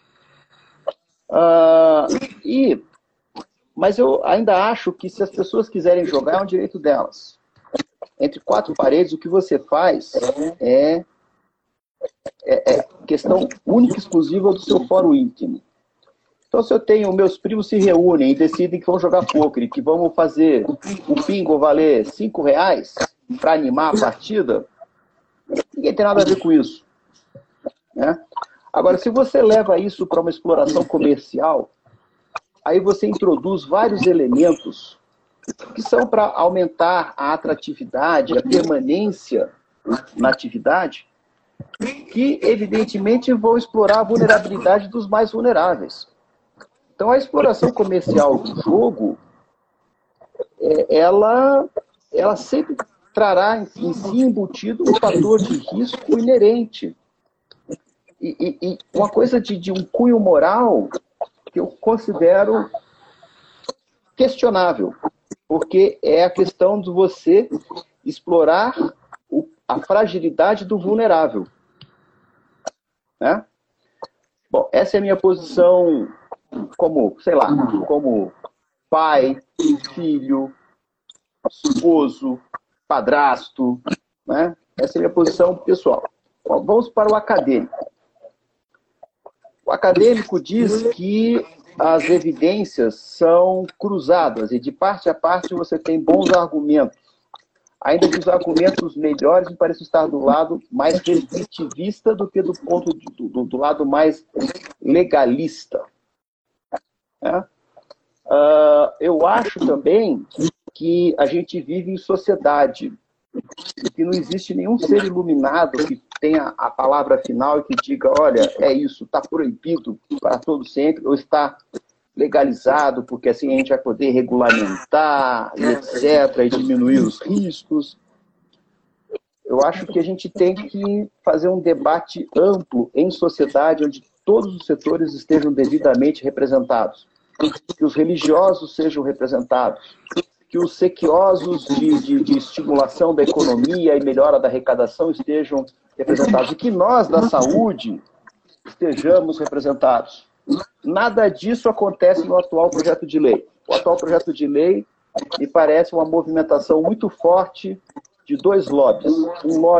Uh, e, mas eu ainda acho que se as pessoas quiserem jogar, é um direito delas. Entre quatro paredes, o que você faz é, é, é questão única e exclusiva do seu fórum íntimo. Então, se eu tenho, meus primos se reúnem e decidem que vão jogar pôquer, que vão fazer o bingo valer cinco reais para animar a partida, ninguém tem nada a ver com isso. Né? Agora, se você leva isso para uma exploração comercial, aí você introduz vários elementos que são para aumentar a atratividade, a permanência na atividade, que, evidentemente, vão explorar a vulnerabilidade dos mais vulneráveis. Então, a exploração comercial do jogo, ela, ela sempre trará em si embutido um fator de risco inerente. E, e, e uma coisa de, de um cunho moral que eu considero questionável, porque é a questão de você explorar o, a fragilidade do vulnerável. Né? Bom, essa é a minha posição como, sei lá, como pai, filho, esposo, padrasto, né? Essa é a minha posição pessoal. Bom, vamos para o acadêmico. O acadêmico diz que as evidências são cruzadas e de parte a parte você tem bons argumentos. Ainda que os argumentos melhores me parecem estar do lado mais restritivista do que do ponto de, do, do lado mais legalista. É? Uh, eu acho também que a gente vive em sociedade, que não existe nenhum ser iluminado que tenha a palavra final e que diga, olha, é isso, está proibido para todo sempre, ou está legalizado, porque assim a gente vai poder regulamentar, etcétera, e diminuir os riscos. Eu acho que a gente tem que fazer um debate amplo em sociedade, onde todos os setores estejam devidamente representados. Que os religiosos sejam representados. Que os sequiosos de, de, de estimulação da economia e melhora da arrecadação estejam representados. E que nós, da saúde, estejamos representados. Nada disso acontece no atual projeto de lei. O atual projeto de lei me parece uma movimentação muito forte de dois lobbies. Um lobby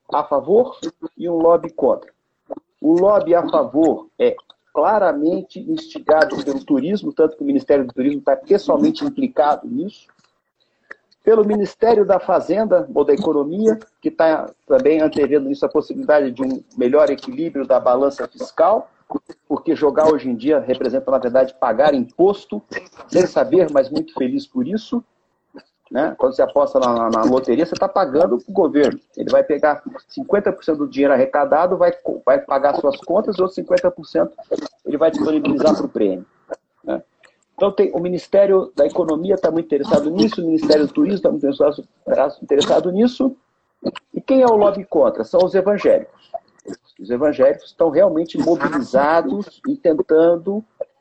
a favor e um lobby contra. O lobby a favor é claramente instigado pelo turismo, tanto que o Ministério do Turismo está pessoalmente implicado nisso, pelo Ministério da Fazenda ou da Economia, que está também antevendo nisso a possibilidade de um melhor equilíbrio da balança fiscal, porque jogar hoje em dia representa, na verdade, pagar imposto, sem saber, mas muito feliz por isso. Né? Quando você aposta na, na, na loteria, você está pagando para o governo. Ele vai pegar cinquenta por cento do dinheiro arrecadado, vai, vai pagar suas contas, e outros cinquenta por cento ele vai disponibilizar para o prêmio. Né? Então, tem, o Ministério da Economia está muito interessado nisso, o Ministério do Turismo está muito interessado, interessado nisso. E quem é o lobby contra? São os evangélicos. Os evangélicos estão realmente mobilizados e tentando...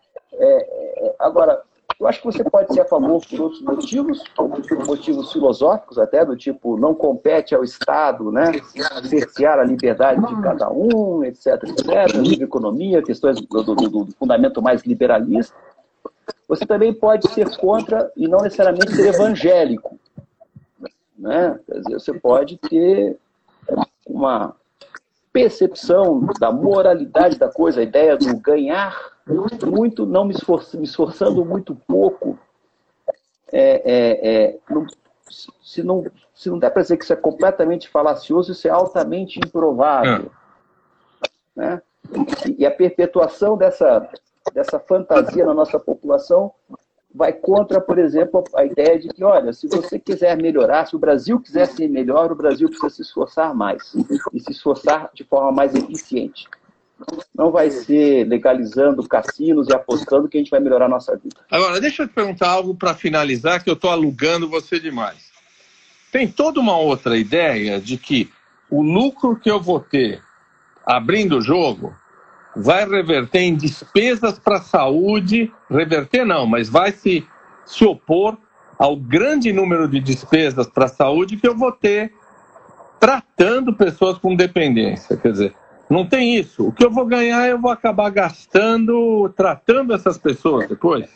É, agora, eu acho que você pode ser a favor por outros motivos, por motivos filosóficos até, do tipo, não compete ao Estado, né, cercear a liberdade de cada um, etc, etc, livre economia, questões do, do, do fundamento mais liberalista. Você também pode ser contra e não necessariamente ser evangélico. Né? Quer dizer, você pode ter uma percepção da moralidade da coisa, a ideia do ganhar muito, não me, esforçando, me esforçando muito pouco. É, é, é, não, se, não, se não der para dizer que isso é completamente falacioso, isso é altamente improvável. É. Né? E, e a perpetuação dessa, dessa fantasia na nossa população vai contra, por exemplo, a ideia de que, olha, se você quiser melhorar, se o Brasil quiser ser melhor, o Brasil precisa se esforçar mais. E se esforçar de forma mais eficiente. Não vai ser legalizando cassinos e apostando que a gente vai melhorar a nossa vida. Agora, deixa eu te perguntar algo para finalizar, que eu estou alugando você demais. Tem toda uma outra ideia de que o lucro que eu vou ter abrindo o jogo vai reverter em despesas para a saúde, reverter não, mas vai se, se opor ao grande número de despesas para a saúde que eu vou ter tratando pessoas com dependência. Quer dizer, não tem isso. O que eu vou ganhar, eu vou acabar gastando, tratando essas pessoas depois.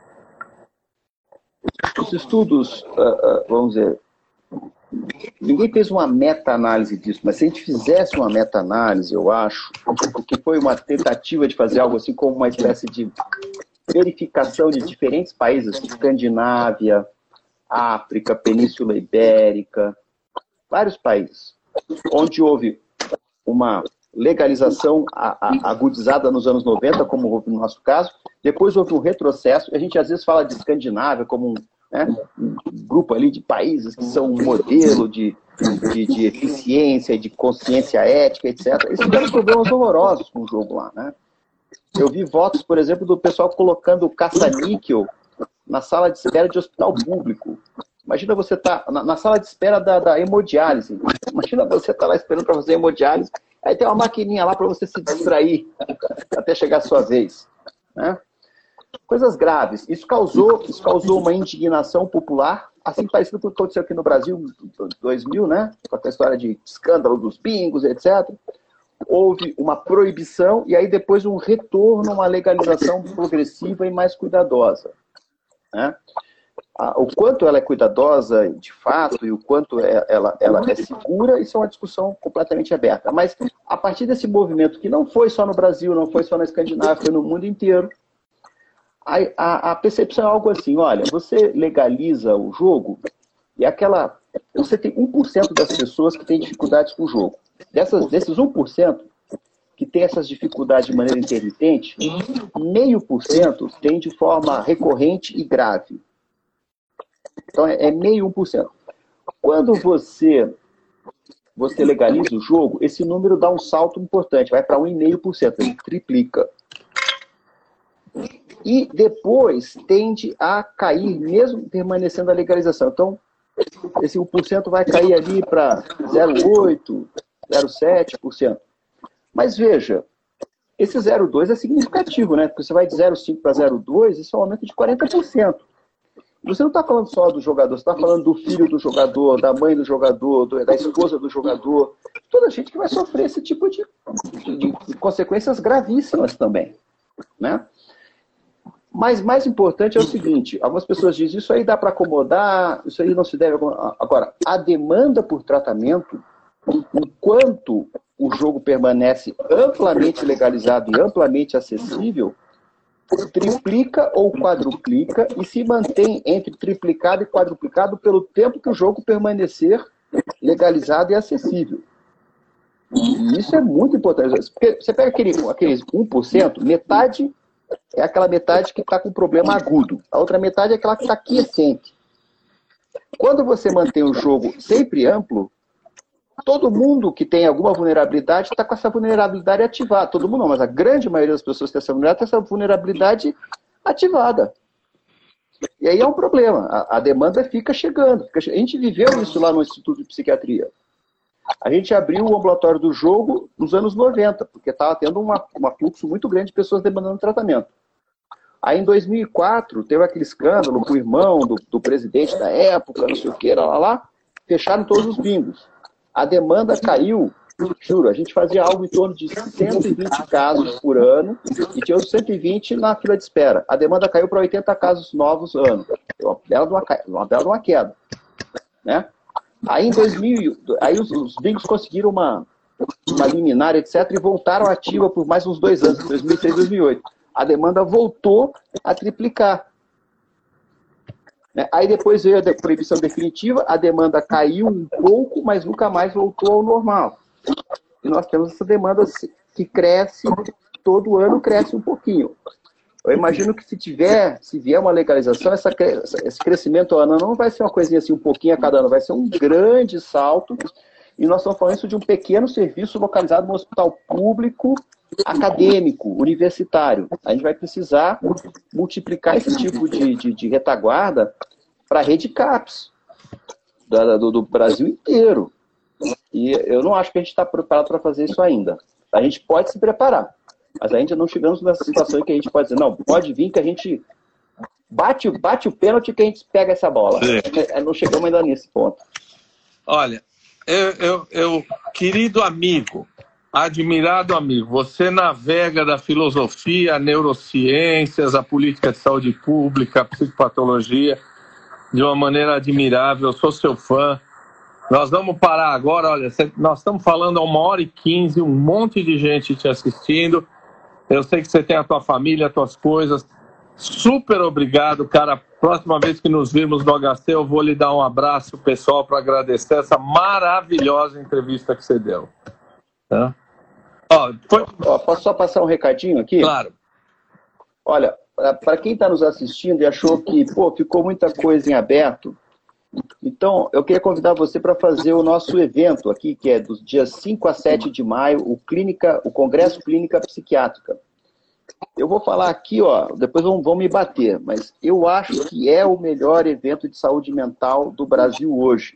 Os estudos, vamos dizer, ninguém fez uma meta-análise disso, mas se a gente fizesse uma meta-análise, eu acho, porque foi uma tentativa de fazer algo assim como uma espécie de verificação de diferentes países, Escandinávia, África, Península Ibérica, vários países, onde houve uma legalização agudizada nos anos noventa, como houve no nosso caso, depois houve um retrocesso, a gente às vezes fala de Escandinávia como um, né, um grupo ali de países que são um modelo de, de, de eficiência, de consciência ética, etcétera. Eles tiveram problemas horrorosos com o jogo lá, né? Eu vi votos, por exemplo, do pessoal colocando caça-níquel na sala de espera de hospital público. Imagina você estar tá na, na sala de espera da, da hemodiálise. Imagina você estar tá lá esperando para fazer hemodiálise, aí tem uma maquininha lá para você se distrair até chegar a sua vez, né? Coisas graves. Isso causou, isso causou uma indignação popular, assim parecido com o que aconteceu aqui no Brasil em dois mil, né? Com a história de escândalo dos bingos, etcétera. Houve uma proibição e aí depois um retorno, uma legalização progressiva e mais cuidadosa, né? O quanto ela é cuidadosa de fato e o quanto ela, ela é segura, isso é uma discussão completamente aberta. Mas a partir desse movimento, que não foi só no Brasil, não foi só na Escandinávia, foi no mundo inteiro, a, a, a percepção é algo assim, olha, você legaliza o jogo e aquela, você tem um por cento das pessoas que têm dificuldades com o jogo. Dessas, desses um por cento que tem essas dificuldades de maneira intermitente, meio por cento tem de forma recorrente e grave. Então é meio um por cento. Quando você, você legaliza o jogo, esse número dá um salto importante, vai para um vírgula cinco por cento, ele triplica. E depois tende a cair, mesmo permanecendo a legalização. Então, esse um por cento vai cair ali para zero vírgula oito por cento, zero vírgula sete por cento. Mas veja, esse zero vírgula dois por cento é significativo, né? Porque você vai de zero vírgula cinco por cento para zero vírgula dois por cento, isso é um aumento de quarenta por cento. Você não está falando só do jogador, você está falando do filho do jogador, da mãe do jogador, do, da esposa do jogador, toda a gente que vai sofrer esse tipo de, de, de consequências gravíssimas também, né? Mas mais importante é o seguinte, algumas pessoas dizem, isso aí dá para acomodar, isso aí não se deve acomodar. Agora, a demanda por tratamento Enquanto o jogo permanece amplamente legalizado e amplamente acessível, triplica ou quadruplica e se mantém entre triplicado e quadruplicado pelo tempo que o jogo permanecer legalizado e acessível. E isso é muito importante. Porque você pega aquele, aqueles um por cento, metade é aquela metade que está com problema agudo. A outra metade é aquela que está quiescente. Quando você mantém o jogo sempre amplo, todo mundo que tem alguma vulnerabilidade está com essa vulnerabilidade ativada. Todo mundo não, mas a grande maioria das pessoas que tem essa vulnerabilidade tem essa vulnerabilidade ativada. E aí é um problema. A, a demanda fica chegando. A gente viveu isso lá no Instituto de Psiquiatria. A gente abriu o ambulatório do jogo nos anos noventa, porque estava tendo uma, um fluxo muito grande de pessoas demandando tratamento. Aí, em dois mil e quatro, teve aquele escândalo com o irmão do, do presidente da época, não sei o que, lá, lá, lá, fecharam todos os bingos. A demanda caiu, juro, a gente fazia algo em torno de cento e vinte casos por ano e tinha os cento e vinte na fila de espera. A demanda caiu para oitenta casos novos ano. Uma bela de uma, uma, bela de uma queda. Né? Aí, em dois mil, aí os, os bingos conseguiram uma, uma liminar, etcétera, e voltaram ativa por mais uns dois anos, dois mil e seis, dois mil e oito. A demanda voltou a triplicar. Aí depois veio a proibição definitiva, a demanda caiu um pouco, mas nunca mais voltou ao normal. E nós temos essa demanda que cresce, todo ano cresce um pouquinho. Eu imagino que se tiver, se vier uma legalização, essa, esse crescimento ao ano não vai ser uma coisinha assim, um pouquinho a cada ano, vai ser um grande salto. E nós estamos falando isso de um pequeno serviço localizado no hospital público, acadêmico, universitário. A gente vai precisar multiplicar esse tipo de, de, de retaguarda para a rede CAPS da, do, do Brasil inteiro. E eu não acho que a gente está preparado para fazer isso ainda. A gente pode se preparar, mas ainda não chegamos nessa situação em que a gente pode dizer, não, pode vir que a gente bate, bate o pênalti que a gente pega essa bola. É, não chegamos ainda nesse ponto. Olha, eu, eu, eu querido amigo, admirado amigo, você navega da filosofia, a neurociências, a política de saúde pública, a psicopatologia, de uma maneira admirável. Eu sou seu fã. Nós vamos parar agora, olha, nós estamos falando há uma hora e quinze, um monte de gente te assistindo. Eu sei que você tem a tua família, as tuas coisas. Super obrigado, cara. Próxima vez que nos virmos no H C, eu vou lhe dar um abraço pessoal para agradecer essa maravilhosa entrevista que você deu. Tá? Ó, foi... Ó, posso só passar um recadinho aqui? Claro. Olha, para quem está nos assistindo e achou que pô, ficou muita coisa em aberto, então eu queria convidar você para fazer o nosso evento aqui, que é dos dias cinco a sete de maio, o, Clínica, o Congresso Clínica Psiquiátrica. Eu vou falar aqui, ó, depois vão, vão me bater, mas eu acho que é o melhor evento de saúde mental do Brasil hoje.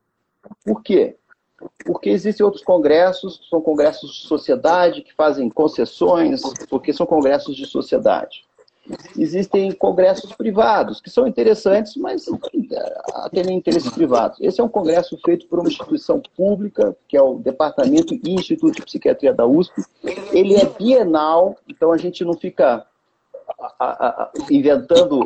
Por quê? Porque existem outros congressos, são congressos de sociedade que fazem concessões, porque são congressos de sociedade. Existem congressos privados, que são interessantes, mas atendem interesses privados. Esse é um congresso feito por uma instituição pública, que é o Departamento e Instituto de Psiquiatria da U S P. Ele é bienal, então a gente não fica a, a, a, inventando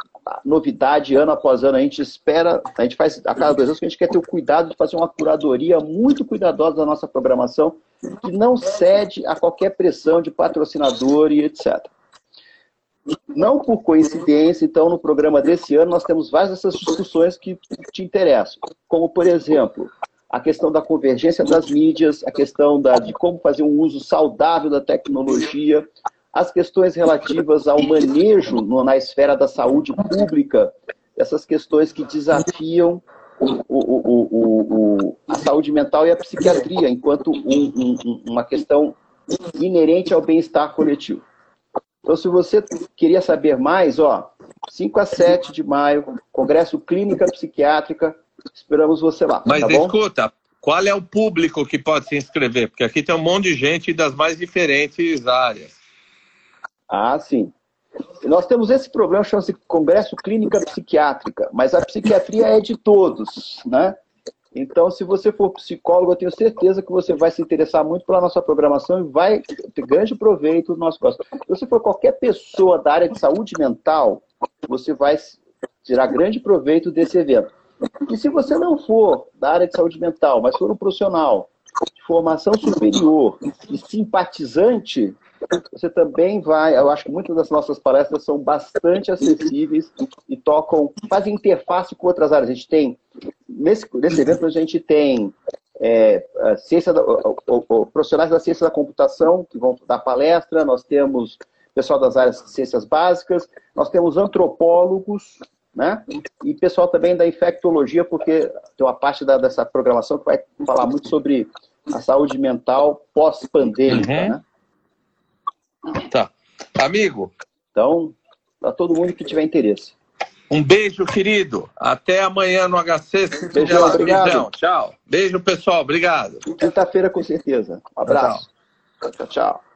novidade ano após ano. A gente espera, a gente faz a cada dois anos, que a gente quer ter o cuidado de fazer uma curadoria muito cuidadosa da nossa programação, que não cede a qualquer pressão de patrocinador e etcétera. Não por coincidência, então, no programa desse ano, nós temos várias dessas discussões que te interessam. Como, por exemplo, a questão da convergência das mídias, a questão da, de como fazer um uso saudável da tecnologia, as questões relativas ao manejo no, na esfera da saúde pública, essas questões que desafiam o, o, o, o, a saúde mental e a psiquiatria, enquanto um, um, uma questão inerente ao bem-estar coletivo. Então, se você queria saber mais, ó, cinco a sete de maio, Congresso Clínica Psiquiátrica, esperamos você lá. Mas tá bom? Escuta, qual é o público que pode se inscrever? Porque aqui tem um monte de gente das mais diferentes áreas. Ah, sim. Nós temos esse problema, chama-se Congresso Clínica Psiquiátrica, mas a psiquiatria é de todos, né? Então, se você for psicólogo, eu tenho certeza que você vai se interessar muito pela nossa programação e vai ter grande proveito do nosso curso. Se você for qualquer pessoa da área de saúde mental, você vai tirar grande proveito desse evento. E se você não for da área de saúde mental, mas for um profissional formação superior e simpatizante, você também vai... Eu acho que muitas das nossas palestras são bastante acessíveis e tocam, fazem interface com outras áreas. A gente tem, nesse, nesse evento, a gente tem é, a ciência da, o, o, o, profissionais da ciência da computação que vão dar palestra, nós temos pessoal das áreas de ciências básicas, nós temos antropólogos, né? E pessoal também da infectologia, porque tem uma parte da, dessa programação que vai falar muito sobre a saúde mental pós-pandêmica, uhum. né? Tá. Amigo. Então, para todo mundo que tiver interesse. Um beijo, querido. Até amanhã no H C. Beijo, obrigado. Tchau. Beijo, pessoal. Obrigado. Quinta-feira, com certeza. Um abraço. Tchau, tchau. tchau.